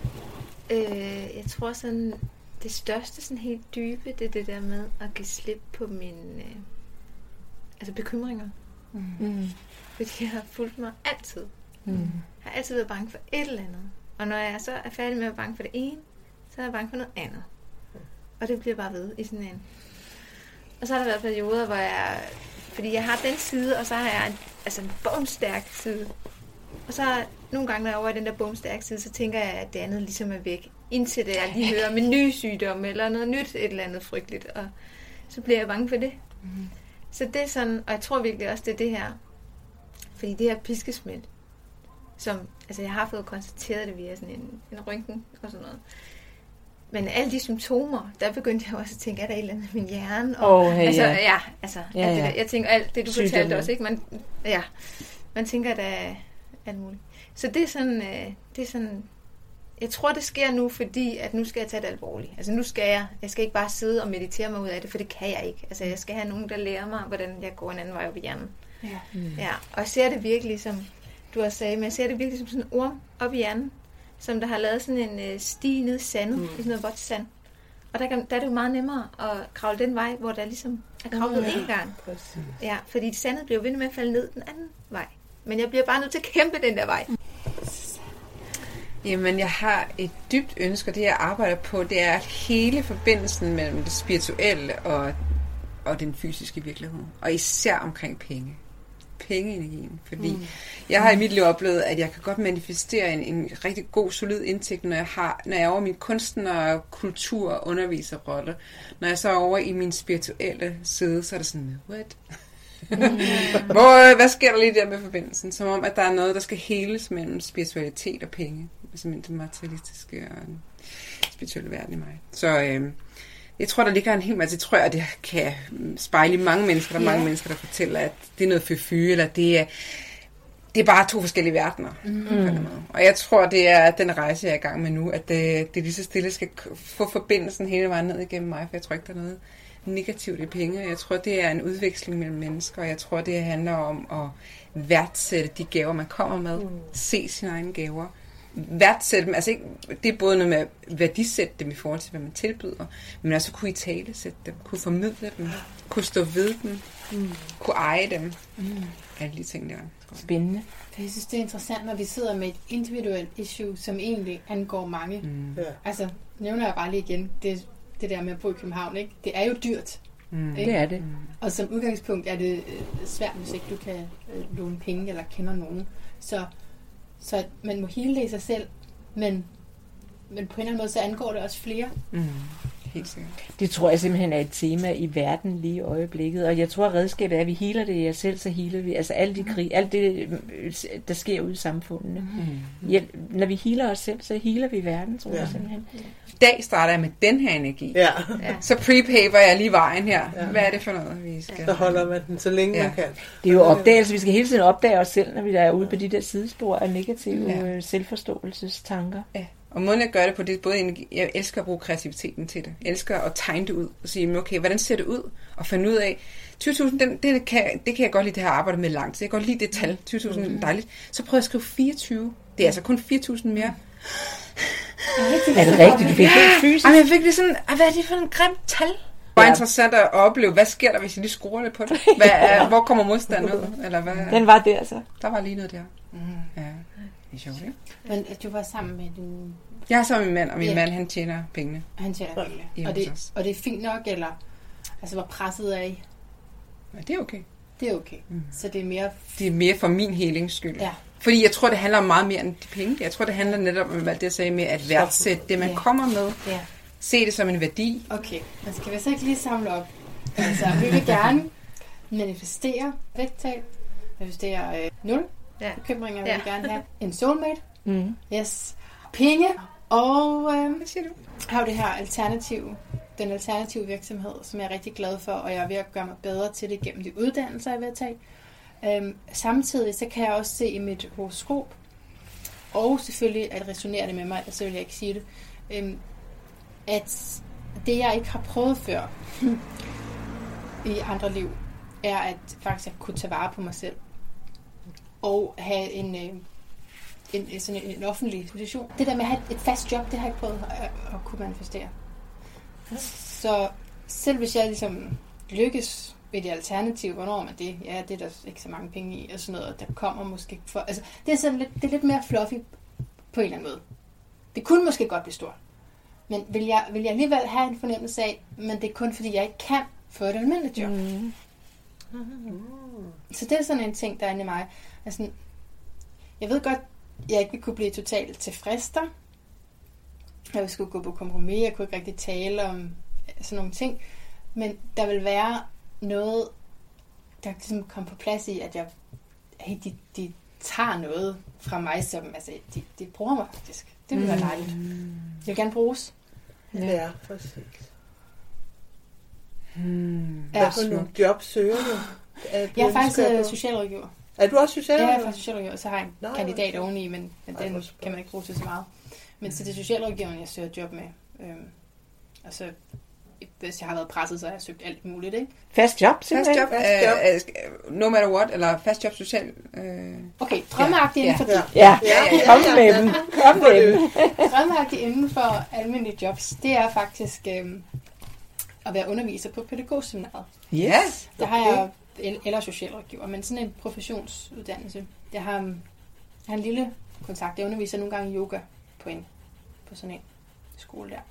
S4: Øh, jeg tror sådan, det største sådan helt dybe, det er det der med at give slip på mine øh, altså bekymringer.
S2: Mm.
S4: Fordi jeg har fulgt mig altid.
S2: Mm.
S4: Jeg har altid været bange for et eller andet. Og når jeg så er færdig med at være bange for det ene, så er jeg bange for noget andet. Og det bliver bare ved i sådan en. Og så har der været perioder, hvor jeg... Fordi jeg har den side, og så har jeg en, altså en bomstærk side. Og så nogle gange, når jeg er over i den der bomstærke side, så tænker jeg, at det andet ligesom er væk. Indtil det jeg lige hører med nye sygdomme, eller noget nyt, et eller andet frygteligt. Og så bliver jeg bange for det. Mm. Så det er sådan, og jeg tror virkelig også, det er det her. Fordi det her piskesmæld, som, altså jeg har fået konstateret det via sådan en, en røntgen og sådan noget. Men alle de symptomer, der begyndte jeg også at tænke, er der et eller andet i min hjerne? Og,
S2: Åh, hey,
S4: altså,
S2: ja.
S4: ja, altså,
S2: Ja,
S4: alt det
S2: ja.
S4: der, jeg tænker, alt det du
S2: Sygdomme.
S4: fortalte også, ikke? Man, ja, man tænker, at der er alt muligt. Så det er sådan, øh, det er sådan, jeg tror, det sker nu, fordi at nu skal jeg tage det alvorligt. Altså nu skal jeg, jeg skal ikke bare sidde og meditere mig ud af det, for det kan jeg ikke. Altså jeg skal have nogen, der lærer mig, hvordan jeg går en anden vej op i hjernen.
S1: Ja.
S4: Mm. Ja, og jeg ser det virkelig som, du har sagt, men jeg ser det virkelig som sådan en orm op i hjernen, som der har lavet sådan en øh, sti ned i sandet, mm. i sådan noget vådt sand. Og der, kan, der er det jo meget nemmere at kravle den vej, hvor der ligesom er kravlet
S3: Ja,
S4: en gang.
S3: præcis.
S4: Ja, fordi sandet bliver jo ved med at falde ned den anden vej. Men jeg bliver bare nødt til at kæmpe den der vej.
S5: Jamen, jeg har et dybt ønske, og det jeg arbejder på, det er at hele forbindelsen mellem det spirituelle og, og den fysiske virkelighed. Og især omkring penge. Pengeenergien. Fordi mm. jeg har i mit liv oplevet, at jeg kan godt manifestere en, en rigtig god, solid indtægt, når jeg, har, når jeg er over min kunstner, kultur og underviserrolle. Når jeg så er over i min spirituelle side, så er det sådan, what? Mm. Hvor, hvad sker der lige der med forbindelsen? Som om, at der er noget, der skal heles mellem spiritualitet og penge. Altså den materialistiske og den spirituelle verden i mig. Så øh, jeg tror, der ligger en hel masse. Jeg tror, at det kan spejle i mange mennesker. Der er yeah. mange mennesker, der fortæller, at det er noget fy-fy, eller det er, det er bare to forskellige verdener. Mm. Og jeg tror, det er den rejse, jeg er i gang med nu, at det, det lige så stille skal få forbindelsen hele vejen ned igennem mig, for jeg tror ikke, der er noget negativt i penge. Jeg tror, det er en udveksling mellem mennesker, og jeg tror, det handler om at værdsætte de gaver, man kommer med. Mm. Se sine egne gaver. Værdsætte dem. Altså ikke, det er både noget med at værdisætte dem i forhold til, hvad man tilbyder, men også kunne i tale sætte dem, kunne formidle dem, kunne stå ved dem, mm. kunne eje dem. Mm. Alle de ting der.
S2: Spændende.
S1: Jeg synes, det er interessant, når vi sidder med et individuelt issue, som egentlig angår mange. Mm. Ja. Altså, nævner jeg bare lige igen, det, det der med at bo i København, ikke? Det er jo dyrt.
S2: Mm. Det er det.
S1: Og som udgangspunkt er det svært, hvis ikke du kan øh, låne penge eller kender nogen. Så, så man må hele det i sig selv, men, men på en eller anden måde, så angår det også flere.
S5: Mm. Helt sikkert.
S2: Det tror jeg simpelthen er et tema i verden lige i øjeblikket, og jeg tror, at redskabet er, at vi healer det i os selv, så healer vi. Altså alle de krig, alt det, der sker ude i samfundene. Mm. Ja, når vi healer os selv, så healer vi verden, tror ja. jeg simpelthen.
S5: I dag starter jeg med den her energi.
S3: Ja.
S5: Ja. Så prepaver jeg lige vejen her. Ja. Hvad er det for noget, vi skal...
S3: Så holder man den så længe ja. man kan.
S2: Det er jo opdagelse. Vi skal hele tiden opdage os selv, når vi er ude på de der sidespor af negative ja. selvforståelsestanker.
S5: Ja. Og måden jeg gør det på, det er både, en, jeg elsker at bruge kreativiteten til det. Jeg elsker at tegne det ud og sige, okay, hvordan ser det ud? Og finde ud af, tyve tusind, det, det, kan, det kan jeg godt lide, det her arbejde med lang tid. Jeg kan godt lide det tal, tyve tusind er dejligt. Så prøver jeg at skrive fireogtyve. Det er altså kun fire tusind mere.
S2: Er det rigtigt? Du fik helt fysisk?
S5: Jamen, jeg fik det sådan, hvad er det for en grimt tal? Det var ja. interessant at opleve, hvad sker der, hvis jeg lige skruer lidt på det? Hvad er, hvor kommer modstanden ud? Eller hvad?
S2: Den var der så.
S5: Der var lige noget der. Mm. Ja, det er sjovt, ikke?
S1: Men du var sammen med din...
S5: Jeg er sammen med min mand, og min
S1: ja.
S5: mand, han tjener pengene.
S1: Han tjener pengene.
S5: Ja,
S1: og, det, og det er fint nok, eller... Altså, hvor presset er I?
S5: Ja, det er okay.
S1: Det er okay. Mm. Så det er mere...
S5: Det er mere for min helings skyld.
S1: Ja.
S5: Fordi jeg tror, det handler om meget mere end de penge. Jeg tror, det handler netop om alt det, jeg sagde med at værdsætte det, man ja. kommer med. Ja. Se det som en værdi.
S1: Okay, men skal vi så ikke lige samle op? Altså, vi vil gerne manifestere vægttab, manifestere øh, nul
S4: ja.
S1: bekymringer, vi
S4: ja.
S1: vil gerne have en soulmate,
S2: mm.
S1: yes, penge, og øh,
S5: hvad siger du?
S1: Har det her alternativ, den alternative virksomhed, som jeg er rigtig glad for, og jeg er ved at gøre mig bedre til det gennem de uddannelser, jeg er ved at tage. Øhm, samtidig så kan jeg også se i mit horoskop, og selvfølgelig at resonere det med mig, så vil jeg ikke sige det, øhm, at det jeg ikke har prøvet før i andre liv, er at faktisk at kunne tage vare på mig selv og have en, øh, en, sådan en, en offentlig position. Det der med at have et fast job, det har jeg ikke prøvet at, at kunne manifestere. Så selv hvis jeg ligesom lykkes ved det alternativ, hvornår man det? Ja, det er der ikke så mange penge i, og sådan noget, der kommer måske for... Altså, det er sådan lidt, det er lidt mere fluffy på en eller anden måde. Det kunne måske godt blive stort. Men vil jeg, vil jeg alligevel have en fornemmelse af, men det er kun fordi, jeg ikke kan få et almindeligt job. Mm. Mm. Så det er sådan en ting, der er inde i mig. Altså, jeg ved godt, jeg ikke vil kunne blive totalt tilfreds der. Jeg skulle gå på kompromis, jeg kunne ikke rigtig tale om sådan nogle ting. Men der vil være noget, der ligesom kom på plads i, at jeg, hey, de, de tager noget fra mig, som altså, de, de bruger mig faktisk. Det vil være dejligt. Jeg vil gerne bruges.
S3: Ja, ja præcis.
S5: Hmm.
S3: Hvad for nogle job søger du?
S1: Er jeg er faktisk uh, socialrådgiver.
S3: Er du også socialrådgiver?
S1: Ja, jeg er faktisk socialrådgiver, så har jeg en Nå, kandidat okay. oveni, men, men den Ej, kan man ikke bruge til så meget. Men så det er socialrådgiveren, jeg søger job med. Øhm, og så, hvis jeg har været presset, så har jeg søgt alt muligt, ikke?
S2: Fast job, simpelthen?
S5: Fast job, fast job. Uh, uh, no matter what, eller fast job social... Uh...
S1: Okay, drømmeagtigt
S5: ja.
S1: inden for...
S2: Ja, ja. ja. ja. Kom med dem. Kom med dem.
S1: Drømmeagtigt inden for almindelige jobs, det er faktisk øhm, at være underviser på pædagogseminaret.
S5: Yes!
S1: Der har jeg, eller socialrådgiver, men sådan en professionsuddannelse. Jeg har, jeg har en lille kontakt. Jeg underviser nogle gange yoga på, en, på sådan en skole der.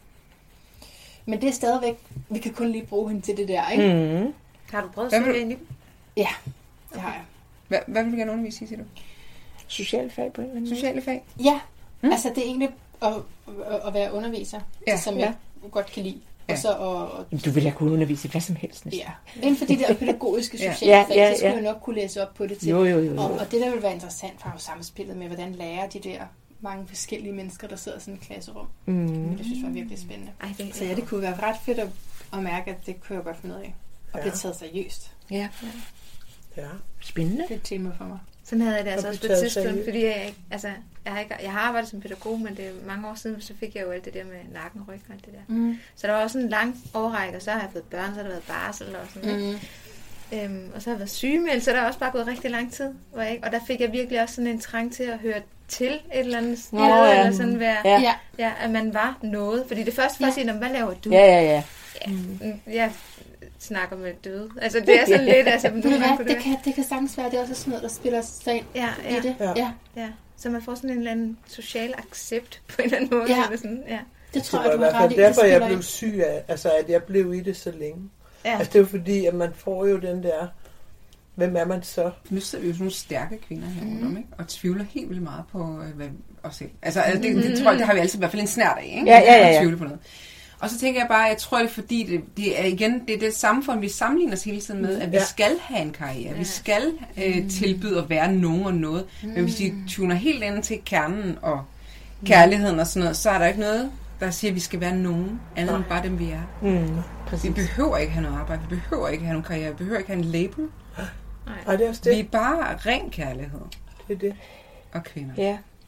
S1: Men det er stadigvæk, vi kan kun lige bruge hende til det der, ikke?
S2: Mm.
S4: Har du prøvet at søge ind i dem?
S1: Ja, det har jeg.
S5: Hvad, hvad vil du gerne undervise i, siger du?
S2: Sociale fag på en eller anden måde.
S5: Sociale fag?
S1: Ja, mm. altså det er egentlig at, at, at være underviser, ja. som jeg ja. godt kan lide. Ja. Og så, og, og,
S2: du vil da kunne undervise i hvad som helst. Næsten.
S1: Ja, inden for de der pædagogiske sociale
S2: ja,
S1: fag,
S2: ja, ja,
S1: så skulle
S2: ja.
S1: jeg nok kunne læse op på det til.
S2: Jo, jo, jo, jo.
S1: Og, og det der vil være interessant for at samspillet med, hvordan lærer de der mange forskellige mennesker, der sidder i sådan et klasserum. Mm. Men det synes jeg var virkelig spændende.
S4: I think
S1: så ja, det kunne være ret fedt at, at mærke, at det kunne jeg godt finde ud af. Og
S3: ja.
S1: blive taget seriøst.
S2: Ja.
S3: Ja.
S2: Spændende.
S1: Det er et tema for mig.
S4: Sådan havde jeg det altså også på et tidspunkt, fordi jeg, altså, jeg, har ikke, jeg har arbejdet som pædagog, men det er mange år siden, så fik jeg jo alt det der med nakken og ryg og alt det der. Mm. Så der var også en lang overrække, og så har jeg fået børn, så har der været barsel og sådan noget. Mm. Øhm, og så har jeg været sygemeldt, så der er også bare gået rigtig lang tid. Hvor jeg, og der fik jeg virkelig også sådan en trang til at høre til et eller andet sted, oh, ja. eller sådan være, ja. Ja, at man var noget. Fordi det første for at sige, hvad laver du?
S2: Ja, ja, ja.
S4: Ja, mm. jeg snakker med døde. Altså det er sådan lidt, altså
S1: det, ja, det, kan, det kan sagtens være, det er også sådan noget, der spiller sig ind
S4: ja, ja.
S1: i det.
S3: Ja.
S1: Ja.
S4: Ja. Så man får sådan en eller anden social accept på en eller anden måde.
S1: Ja.
S4: Eller sådan, ja.
S1: Det tror
S3: det
S1: jeg, du har ret i.
S3: Derfor jeg blev syg af, altså at jeg blev i det så længe.
S4: Ja.
S3: Altså det er jo fordi, at man får jo den der, hvem er man så?
S5: Nu sidder vi jo sådan nogle stærke kvinder her rundt om, ikke? Og tvivler helt vildt meget på hvad, os selv. Altså det, det, det tror jeg, det har vi altid i hvert fald en snært af, ikke?
S2: Ja, ja, ja, ja.
S5: At tvivle på noget. Og så tænker jeg bare, jeg tror det er fordi, det, det er igen, det er det samfund, vi sammenligner os hele tiden med, at vi ja. skal have en karriere. Ja. Vi skal øh, tilbyde at være nogen og noget. Mm. Men hvis vi tuner helt ind til kernen og kærligheden og sådan noget, så er der ikke noget, der siger, at vi skal være nogen, andet end bare dem, vi er.
S2: Mm.
S5: Vi behøver ikke have noget arbejde, vi behøver ikke have nogen karriere, vi behøver ikke have en label.
S3: Nej, det er også det.
S5: Vi er bare ren kærlighed.
S3: Det er det.
S5: Og kvinder.
S2: Ja.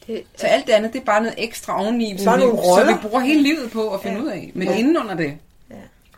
S4: Det,
S5: Så alt det andet, det er bare noget ekstra oveni, som vi, så vi bruger hele livet på at finde ja. ud af. Men ja. inden under det.
S4: Ja.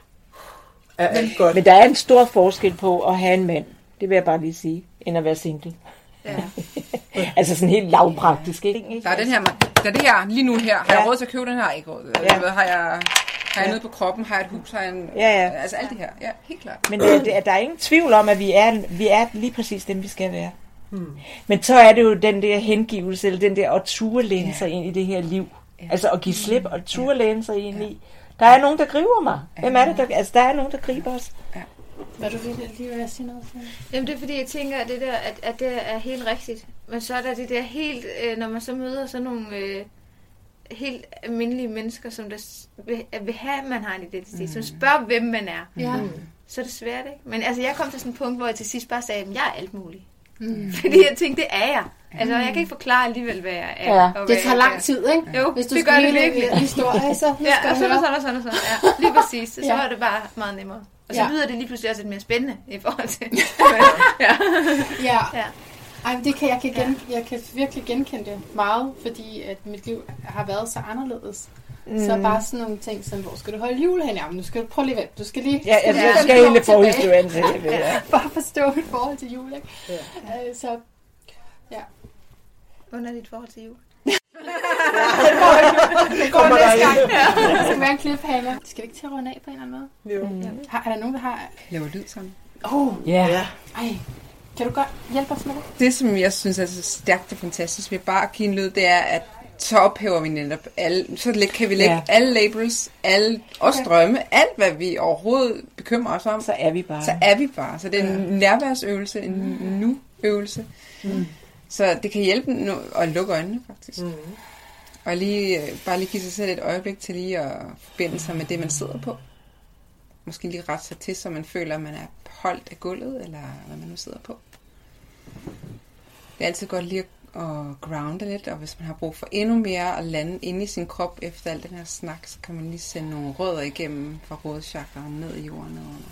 S3: Er alt godt.
S2: Men der er en stor forskel på at have en mand, det vil jeg bare lige sige, end at være single.
S4: Ja.
S2: Altså sådan helt lavpraktisk, ikke?
S5: Der er den her, der er det her, lige nu her. Har ja. jeg råd til at købe den her? Ikke råd. Ja. Har jeg, har jeg noget på kroppen? Har jeg et hus? Har jeg en,
S2: ja, ja.
S5: Altså alt det her. Ja, helt klart.
S2: Men det, det, der er ingen tvivl om, at vi er, vi er lige præcis dem, vi skal være. Hmm. Men så er det jo den der hengivelse, eller den der at ture læne sig ja. ind i det her liv. Ja. Altså at give slip og ture læne sig ind ja. i. Der er nogen, der griber mig. Hvem er det, der, altså der er nogen, der griber os.
S1: Ja. Hvad du vil lige være sige noget for?
S4: Jamen det er fordi, jeg tænker, at det, der, at, at det er helt rigtigt. Men så er der det der helt, øh, når man så møder sådan nogle øh, helt almindelige mennesker, som der vil, vil have, at man har en identitet, mm. som spørger, hvem man er. Ja. Mm. Så er det svært, ikke? Men altså, jeg kom til sådan et punkt, hvor jeg til sidst bare sagde, at jeg er alt muligt. Mm. Fordi jeg tænkte, det er jeg. Altså, jeg kan ikke forklare alligevel, hvad jeg er.
S1: Ja. Det tager lang tid, ikke?
S4: Jo,
S1: hvis du
S4: det gør det virkelig.
S1: En historie, så
S4: ja, og sådan og sådan og sådan og sådan. Ja, lige præcis. Så ja. var det bare meget nemmere. Og så ja. lyder det lige pludselig også lidt mere spændende i forhold til.
S1: ja. ja. ja. Ej, det kan jeg kan gen, jeg kan virkelig genkende det meget, fordi at mit liv har været så anderledes. Mm. Så bare sådan nogle ting som, hvor skal du holde jul hen? Jamen, nu skal du prøve lige vent. Du skal lige...
S2: Ja, jeg skal, skal hele forhistorien til det.
S1: Ja. Bare forstå et forhold til jul, ikke? Ja. Uh, så, ja.
S4: Under dit forhold til jul.
S1: Ja, det går, det går næste gang. Ja. Det skal være en cliffhanger. Skal vi ikke til at runde af på en eller anden måde? Jo. Ja. Har, er der nogen, der har...
S5: Laver lyd sammen?
S1: Åh, oh, ja. Yeah. Ej. Kan du godt hjælpe os med det?
S5: Det, som jeg synes er så stærkt og fantastisk ved bare at give en lyd, det er, at så ophæver vi netop alle, så kan vi lægge ja. alle labels, alle os okay. drømme, alt hvad vi overhovedet bekymrer os om.
S2: Så er vi bare.
S5: Så er vi bare. Så det er en nærværsøvelse, en nu-øvelse. Mm. Så det kan hjælpe nu- at lukke øjnene, faktisk. Mm. Og lige, bare lige give sig selv et øjeblik til lige at forbinde sig med det, man sidder på. Måske lige rette sig til, så man føler, at man er holdt af gulvet, eller hvad man nu sidder på. Det er altid godt lige at grounde lidt, og hvis man har brug for endnu mere at lande inde i sin krop efter al den her snak, så kan man lige sende nogle rødder igennem fra rodchakraen ned i jorden nedenunder.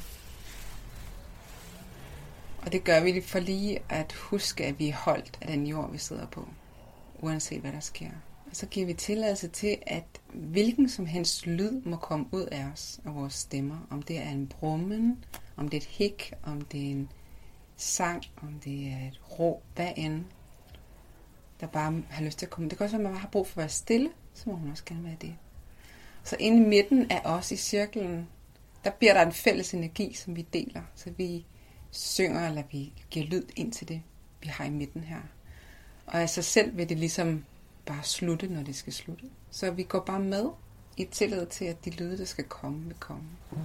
S5: Og det gør vi for lige at huske, at vi er holdt af den jord, vi sidder på, uanset hvad der sker. Og så giver vi tilladelse til, at hvilken som helst lyd må komme ud af os, af vores stemmer. Om det er en brummen, om det er et hik, om det er en sang, om det er et råb, hvad end, der bare har lyst til at komme. Det kan også være, at man har brug for at være stille, så må hun også gerne være det. Så inde i midten af os i cirklen, der bliver der en fælles energi, som vi deler. Så vi synger, eller vi giver lyd ind til det, vi har i midten her. Og af sig selv vil det ligesom bare slutte, når det skal slutte. Så vi går bare med i tillid til, at de lyde, der skal komme, vil komme.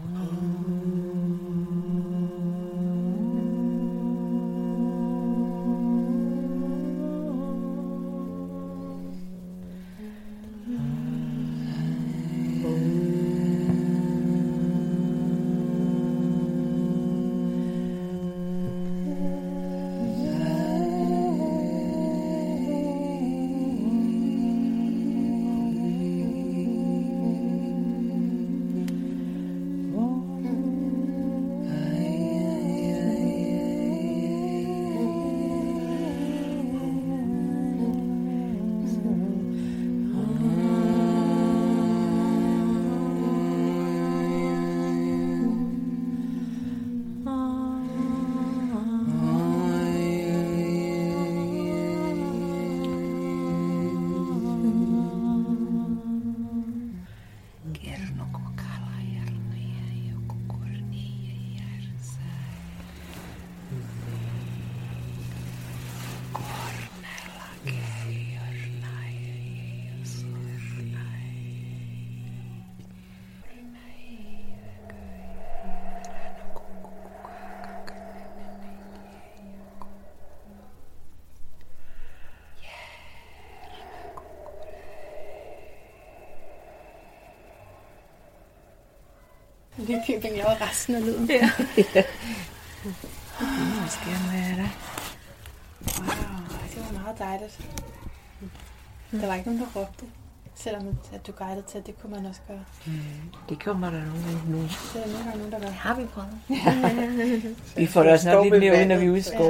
S1: Nykøbing laver resten af lyden.
S2: Ja. ja. Nu skal jeg være der.
S1: Wow, det var meget dejligt. Der var ikke nogen, der råbte. Selvom at du guidede til, at det kunne man også gøre.
S2: Mm, det kommer der nogen gange nu.
S1: Det er der nogle gange nogen, der gør.
S4: Det har vi prøvet.
S2: Ja. Vi får det også nok lidt mere ud, når vi er ude i skoven.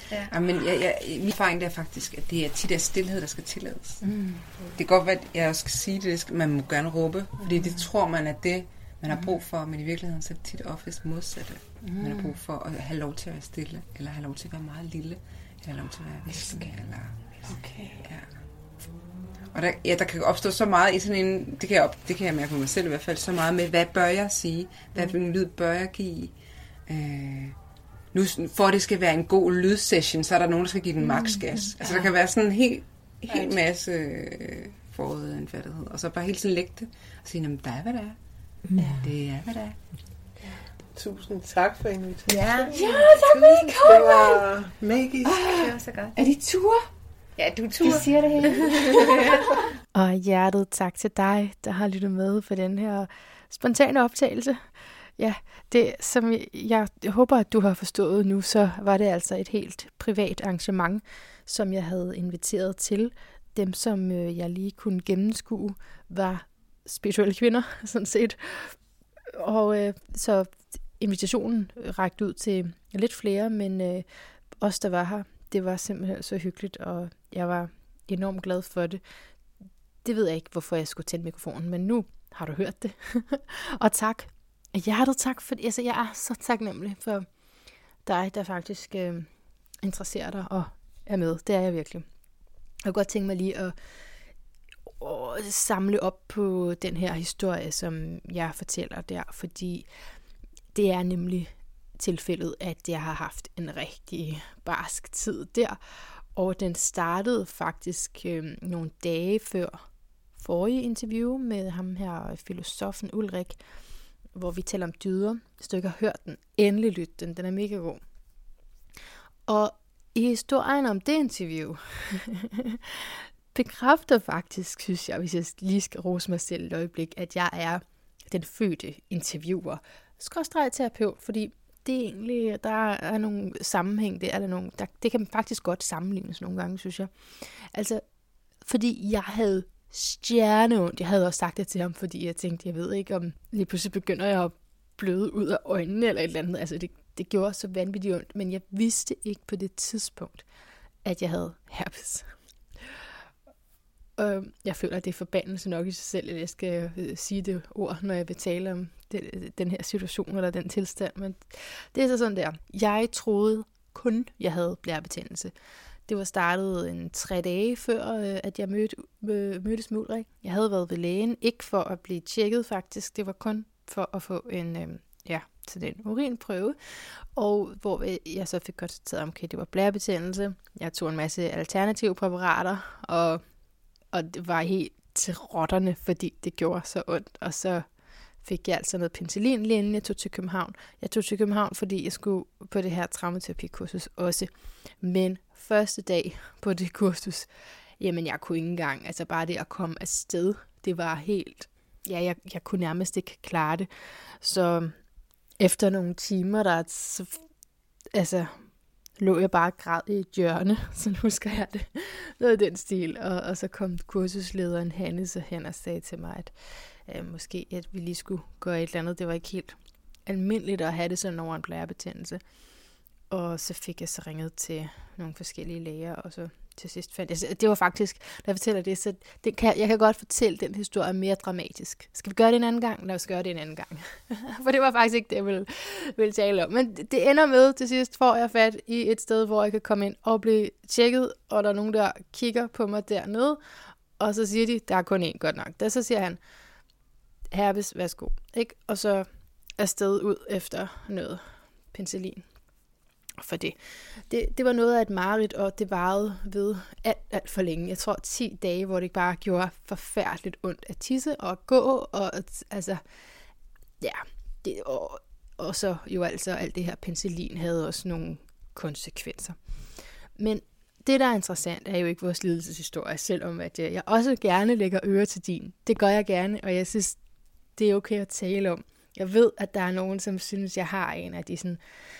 S5: Ja. Ja, men jeg, jeg, min erfaring er faktisk, at det er tit af stillhed, der skal tillades. Mm. Det kan godt være, at jeg skal sige det, skal, man må gerne råbe, fordi det tror man, at det, man har brug for, men i virkeligheden så er det tit oftest modsatte. Mm. Man har brug for at have lov til at være stille, eller have lov til at være meget lille, eller have lov til at være viskende, eller...
S2: Okay.
S5: Ja. Og der, ja, der kan opstå så meget i sådan en, det kan, jeg op, det kan jeg mærke på mig selv i hvert fald, så meget med, hvad bør jeg sige? Hvad for en lyd bør jeg give? Øh, nu, for at det skal være en god lydsession, så er der nogen, der skal give den max gas. Mm, altså der kan være sådan en helt, helt masse øh, forudindfattighed. Og så bare helt sådan lægge det og sige, jamen, der er, hvad der er. Ja. Det er, hvad der er.
S3: Tusind tak for invitationen.
S4: Ja,
S1: Ja, tak for I kom.
S3: Det var magisk.
S4: det var så godt.
S1: Er de ture?
S4: Ja, du
S1: Du
S4: tur.
S1: siger det hele.
S6: Og hjertet tak til dig, der har lyttet med for den her spontane optagelse. Ja, det som jeg, jeg håber, at du har forstået nu, så var det altså et helt privat arrangement, som jeg havde inviteret til. Dem, som øh, jeg lige kunne gennemskue, var spirituelle kvinder, sådan set. Og øh, så invitationen rakte ud til lidt flere, men øh, os, der var her, det var simpelthen så hyggeligt, og jeg var enormt glad for det. Det ved jeg ikke, hvorfor jeg skulle tænde mikrofonen, men nu har du hørt det. Og tak. Hjertet tak, for altså, jeg er så taknemmelig for dig, der faktisk øh, interesserer dig og er med. Det er jeg virkelig. Jeg kunne godt tænke mig lige at, at samle op på den her historie, som jeg fortæller der, fordi det er nemlig tilfældet, at jeg har haft en rigtig barsk tid der, og den startede faktisk øh, nogle dage før forrige interview med ham her, filosofen Ulrik, hvor vi taler om dyder. Hvis du ikke har hørt den, endelig lyt den, den er mega god. Og i historien om det interview, bekræfter faktisk, synes jeg, hvis jeg lige skal rose mig selv et øjeblik, at jeg er den fødte interviewer, skråstreg terapeut, fordi det er egentlig, der er nogle sammenhæng, det er der nogle, der, det kan faktisk godt sammenlignes nogle gange, synes jeg. Altså, fordi jeg havde stjerneondt. Jeg havde også sagt det til ham, fordi jeg tænkte, jeg ved ikke, om lige pludselig begynder jeg at bløde ud af øjnene eller et eller andet. Altså, det, det gjorde så vanvittigt ondt, men jeg vidste ikke på det tidspunkt, at jeg havde herpes. Og jeg føler, at det er forbandelse nok i sig selv, at jeg skal sige det ord, når jeg vil tale om det, den her situation eller den tilstand. Men det er så sådan der. Jeg troede kun, jeg havde blærebetændelse. Det var startet en tre dage før, at jeg mødte, mødtes med Ulrik. Jeg havde været ved lægen, ikke for at blive tjekket faktisk. Det var kun for at få en, ja, til den urinprøve. Og hvor jeg så fik konstateret, at okay, det var blærebetændelse. Jeg tog en masse alternative præparater, og Og det var helt til rotterne, fordi det gjorde så ondt. Og så fik jeg altså noget penicillin lige inden jeg tog til København. Jeg tog til København, fordi jeg skulle på det her traumaterapikursus også. Men første dag på det kursus, jamen jeg kunne ikke engang, altså bare det at komme afsted, det var helt, ja, jeg, jeg kunne nærmest ikke klare det. Så efter nogle timer, der så, altså... lå jeg bare og græd i et hjørne, så husker jeg det. Noget af den stil. Og, og så kom kursuslederen Hanne hen og sagde til mig, at øh, måske at vi lige skulle gøre et eller andet. Det var ikke helt almindeligt at have det sådan over en blærebetændelse. Og så fik jeg så ringet til nogle forskellige læger, og så til sidst fandt jeg... Det var faktisk, da jeg fortæller det, så det kan, jeg kan godt fortælle den historie mere dramatisk. Skal vi gøre det en anden gang? Lad os gøre det en anden gang. For det var faktisk ikke det, jeg ville, ville tale om. Men det ender med, til sidst får jeg fat i et sted, hvor jeg kan komme ind og blive tjekket, og der er nogen, der kigger på mig dernede, og så siger de, der er kun én, godt nok. Der så siger han, herpes, værsgo. Ikke? Og så afsted ud efter noget penicillin. For det. det. Det var noget af et mareridt, og det varede ved alt, alt for længe. Jeg tror ti dage, hvor det bare gjorde forfærdeligt ondt at tisse og gå, og altså, ja, det, og, og så jo altså alt det her penicillin havde også nogle konsekvenser. Men det, der er interessant, er jo ikke vores lidelseshistorie, selvom at jeg også gerne lægger øre til din. Det gør jeg gerne, og jeg synes, det er okay at tale om. Jeg ved, at der er nogen, som synes, jeg har en af de sådan...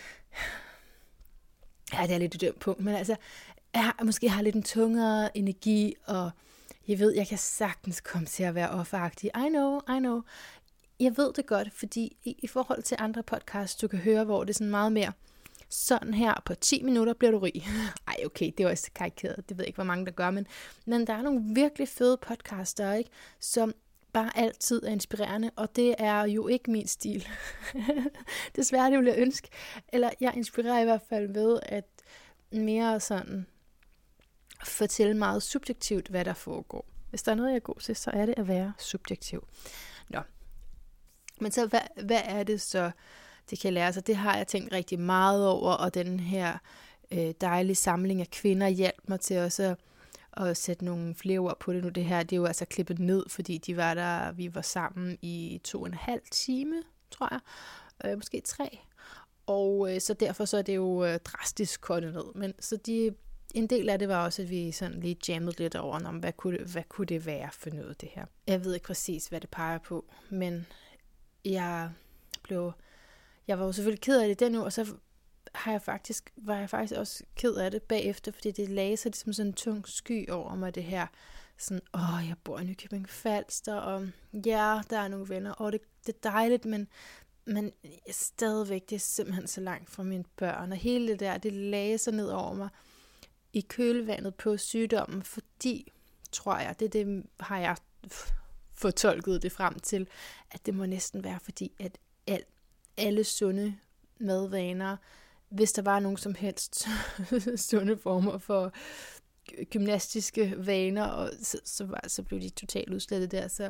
S6: Ja, det er lidt et dømt punkt, men altså, jeg har, måske har lidt en tungere energi, og jeg ved, jeg kan sagtens komme til at være offeragtig. I know, I know. Jeg ved det godt, fordi i, i forhold til andre podcasts, du kan høre, hvor det er sådan meget mere sådan her på ti minutter bliver du rig. Ej, okay, det er også karikeret. Det ved jeg ikke, hvor mange der gør, men, men der er nogle virkelig fede podcaster, ikke? Som bare altid er inspirerende, og det er jo ikke min stil. Desværre, det ville jeg ønske. Eller jeg inspirerer i hvert fald ved at mere sådan fortælle meget subjektivt, hvad der foregår. Hvis der er noget, jeg er god til, så er det at være subjektiv. Nå. Men så, hvad, hvad er det så, det kan lære sig? Det har jeg tænkt rigtig meget over, og den her øh, dejlige samling af kvinder hjalp mig til også at, at sætte nogle flere ord på det nu. Det her, det er jo altså klippet ned, fordi de var der, vi var sammen i to og en halv time, tror jeg. Øh, måske tre. Og øh, så derfor så er det jo øh, drastisk kortet ned. Men så de, en del af det var også, at vi sådan lige jammede lidt over, om hvad kunne, det, hvad kunne det være for noget, det her. Jeg ved ikke præcis, hvad det peger på, men jeg blev, jeg var jo selvfølgelig ked af det den uge, og så har jeg faktisk, var jeg faktisk også ked af det bagefter, fordi det lagde sig ligesom sådan en tung sky over mig, det her. Sådan, åh, jeg bor i Nykøbing Falster, og ja, der er nogle venner, og det, det er dejligt, men Men stadigvæk, det er simpelthen så langt fra mine børn. Og hele det der, det lagde sig ned over mig i kølvandet på sygdommen, fordi, tror jeg, det, det har jeg fortolket det frem til, at det må næsten være, fordi at al, alle sunde madvaner, hvis der var nogen som helst sunde former for gymnastiske vaner, og så, så, var, så blev de totalt udslettet der, så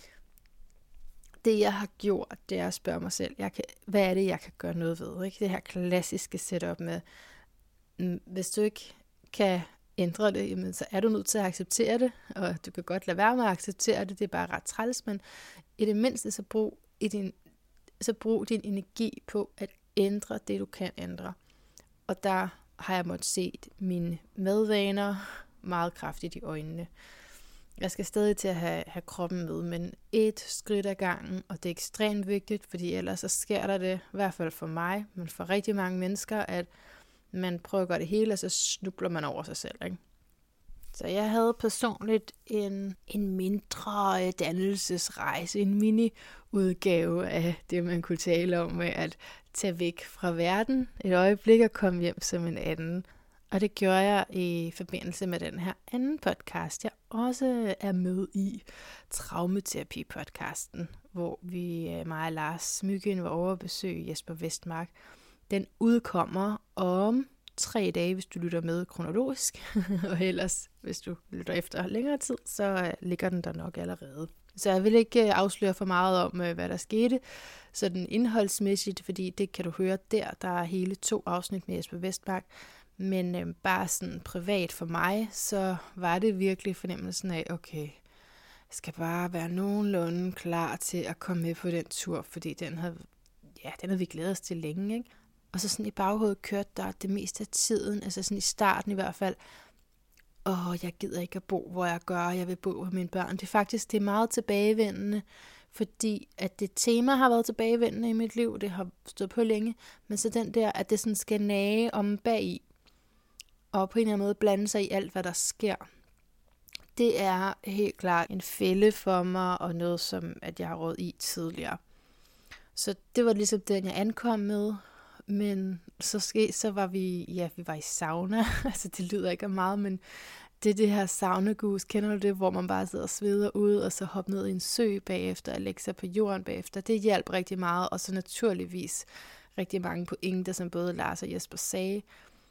S6: det, jeg har gjort, det er at spørge mig selv, jeg kan, hvad er det, jeg kan gøre noget ved? Ikke? Det her klassiske setup med, hvis du ikke kan ændre det, jamen, så er du nødt til at acceptere det, og du kan godt lade være med at acceptere det, det er bare ret træls, men i det mindste, så brug, i din, så brug din energi på at ændre det, du kan ændre. Og der har jeg måttet se mine madvaner meget kraftigt i øjnene. Jeg skal stadig til at have, have kroppen med, men et skridt ad gangen, og det er ekstremt vigtigt, fordi ellers så sker der det, i hvert fald for mig, men for rigtig mange mennesker, at man prøver at gøre det hele, og så snubler man over sig selv. Ikke? Så jeg havde personligt en, en mindre dannelsesrejse, en mini-udgave af det, man kunne tale om med at tage væk fra verden et øjeblik og komme hjem som en anden. Og det gjorde jeg i forbindelse med den her anden podcast, jeg også er med i, Traumaterapi-podcasten, hvor vi, mig og Lars Myggen, var over at besøge Jesper Vestmark. Den udkommer om tre dage, hvis du lytter med kronologisk, og ellers, hvis du lytter efter længere tid, så ligger den der nok allerede. Så jeg vil ikke afsløre for meget om, hvad der skete, sådan indholdsmæssigt, fordi det kan du høre der. Der er hele to afsnit med Jesper Vestmark. Men øh, bare sådan privat for mig, så var det virkelig fornemmelsen af, okay, jeg skal bare være nogenlunde klar til at komme med på den tur, fordi den havde, ja, den havde vi glædet os til længe, ikke? Og så sådan i baghovedet kørte der det meste af tiden, altså sådan i starten i hvert fald, åh, jeg gider ikke at bo, hvor jeg gør, jeg vil bo med mine børn. Det er faktisk, det er meget tilbagevendende, fordi at det tema har været tilbagevendende i mit liv, det har stået på længe, men så den der, at det sådan skal nage om bagi, og på en eller anden måde blande sig i alt, hvad der sker. Det er helt klart en fælde for mig, og noget, som at jeg har råd i tidligere. Så det var ligesom den, jeg ankom med. Men så, ske, så var vi, ja, vi var i sauna. altså, det lyder ikke af meget, men det er det her saunagus. Kender du det, hvor man bare sidder og sveder ud, og så hopper ned i en sø bagefter, og lægger sig på jorden bagefter. Det hjalp rigtig meget, og så naturligvis rigtig mange pointer, som både Lars og Jesper sagde.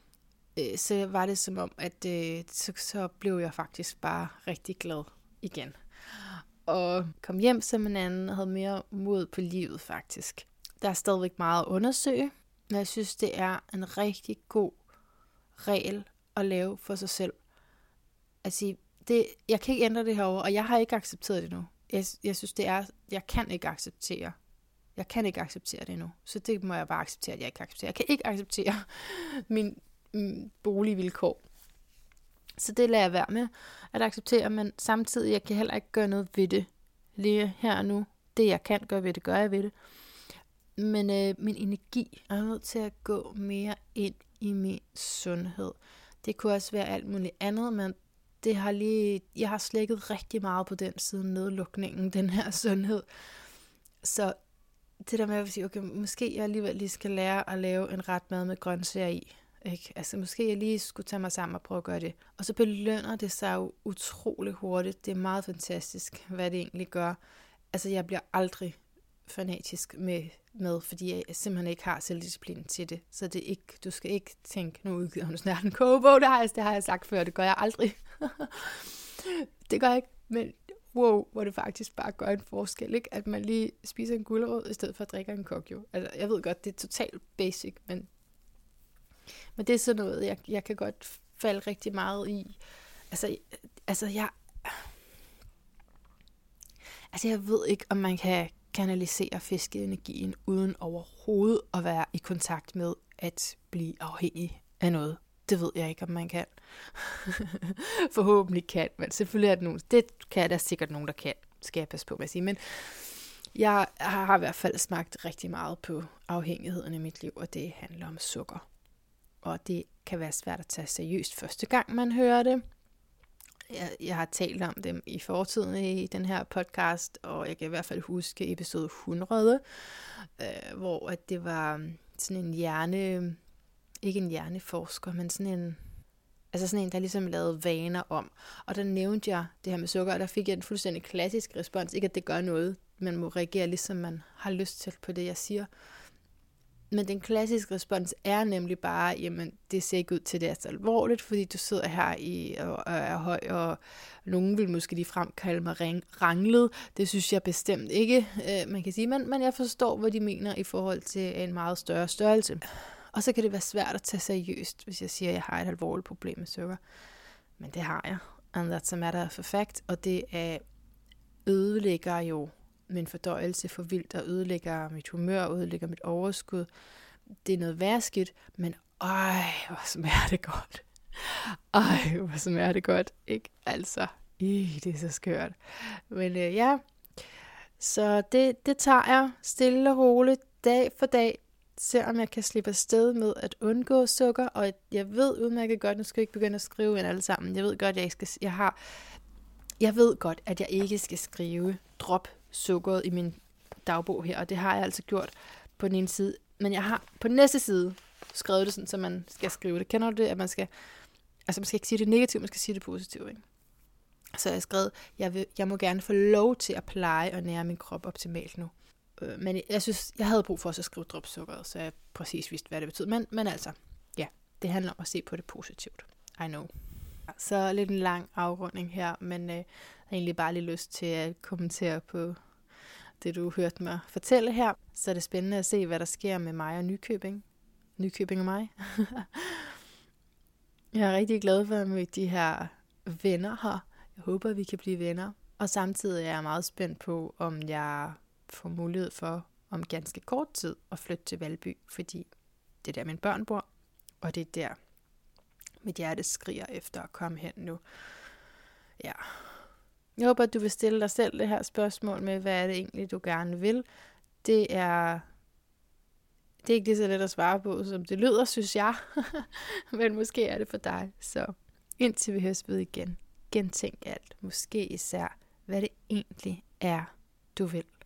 S6: Så var det som om, at øh, så, så blev jeg faktisk bare rigtig glad igen. Og kom hjem som en anden og havde mere mod på livet faktisk. Der er stadigvæk meget at undersøge, men jeg synes, det er en rigtig god regel at lave for sig selv. Altså, det, jeg kan ikke ændre det herovre, og jeg har ikke accepteret det nu. Jeg, jeg synes, det er, jeg kan ikke acceptere. Jeg kan ikke acceptere det nu. Så det må jeg bare acceptere, at jeg ikke accepterer. Jeg kan ikke acceptere min boligvilkår. Så det lader jeg være med at acceptere, men samtidig jeg kan heller ikke gøre noget ved det lige her og nu. Det jeg kan gøre ved det, gør jeg ved det. Men øh, min energi er nødt til at gå mere ind i min sundhed. Det kunne også være alt muligt andet, men det har lige, jeg har slækket rigtig meget på den siden nedlukningen, den her sundhed. Så det der med at sige, okay, måske jeg alligevel lige skal lære at lave en ret mad med grøntsager i. Ikke? Altså måske jeg lige skulle tage mig sammen og prøve at gøre det. Og så belønner det sig jo utrolig hurtigt. Det er meget fantastisk, hvad det egentlig gør. Altså jeg bliver aldrig fanatisk med, med fordi jeg simpelthen ikke har selvdisciplin til det. Så det er ikke, du skal ikke tænke, nu udgiver hun snart en kogebog, det har, jeg, det har jeg sagt før, det gør jeg aldrig. Det gør jeg ikke, men wow, hvor det faktisk bare gør en forskel, ikke? At man lige spiser en gulerod, i stedet for at drikke en kokjo. Altså, jeg ved godt, det er totalt basic, men, men det er sådan noget, jeg, jeg kan godt falde rigtig meget i. Altså, altså, jeg, altså, jeg ved ikke, om man kan kanalisere fiskeenergien, uden overhovedet at være i kontakt med at blive afhængig af noget. Det ved jeg ikke, om man kan. Forhåbentlig kan, men selvfølgelig er det nogen, det kan der sikkert nogen, der kan, skal jeg passe på med at sige. Men jeg har i hvert fald smagt rigtig meget på afhængigheden i mit liv, og det handler om sukker. Og det kan være svært at tage seriøst første gang, man hører det. Jeg, jeg har talt om dem i fortiden i den her podcast, og jeg kan i hvert fald huske episode hundrede, øh, hvor at det var sådan en hjerne... ikke en hjerneforsker, men sådan en, altså sådan en, der ligesom lavede vaner om. Og der nævnte jeg det her med sukker, og der fik jeg en fuldstændig klassisk respons. Ikke at det gør noget, man må reagere ligesom man har lyst til på det, jeg siger. Men den klassiske respons er nemlig bare, jamen det ser ikke ud til, det er så alvorligt, fordi du sidder her i og er høj, og nogen vil måske lige fremkalde mig ranglet. Det synes jeg bestemt ikke, man kan sige, men, men jeg forstår, hvad de mener i forhold til en meget større størrelse. Og så kan det være svært at tage seriøst, hvis jeg siger, at jeg har et alvorligt problem med sukker. Men det har jeg. And that's a matter of fact. Og det er, ødelægger jo min fordøjelse for vildt, og ødelægger mit humør, og ødelægger mit overskud. Det er noget værskidt, men øj, hvor smager det godt. Ej, hvor smager det godt. Ikke? Altså, i, det er så skørt. Men øh, ja, så det, det tager jeg stille og roligt, dag for dag, se om jeg kan slippe afsted med at undgå sukker, og jeg ved udmærket godt, nu skal jeg ikke begynde at skrive ind alle sammen, jeg ved godt, jeg ikke skal, jeg har, jeg ved godt, at jeg ikke skal skrive drop sukkeret i min dagbog her, og det har jeg altså gjort på den ene side, men jeg har på den næste side skrevet det sådan, så man skal skrive det. Kender du det, at man skal, altså man skal ikke sige det negativt, man skal sige det positivt, ikke? Så jeg har skrevet, jeg, vil, jeg må gerne få lov til at pleje og nære min krop optimalt nu. Men jeg synes, jeg havde brug for at skrive drop sukkeret, så jeg præcis vidste, hvad det betød. Men, men altså, ja, det handler om at se på det positivt. I know. Så lidt en lang afrunding her, men øh, jeg har egentlig bare lige lyst til at kommentere på det, du hørte mig fortælle her. Så er det spændende at se, hvad der sker med mig og Nykøbing. Nykøbing og mig. Jeg er rigtig glad for at møde de her venner her. Jeg håber, vi kan blive venner. Og samtidig er jeg meget spændt på, om jeg får mulighed for om ganske kort tid at flytte til Valby, fordi det er der, mine børn bor, og det er der, mit hjerte skriger efter at komme hen nu. Ja. Jeg håber, at du vil stille dig selv det her spørgsmål med, hvad er det egentlig, du gerne vil. Det er, det er ikke lige så let at svare på, som det lyder, synes jeg. Men måske er det for dig. Så indtil vi høres ved igen, gentænk alt. Måske især, hvad det egentlig er, du vil.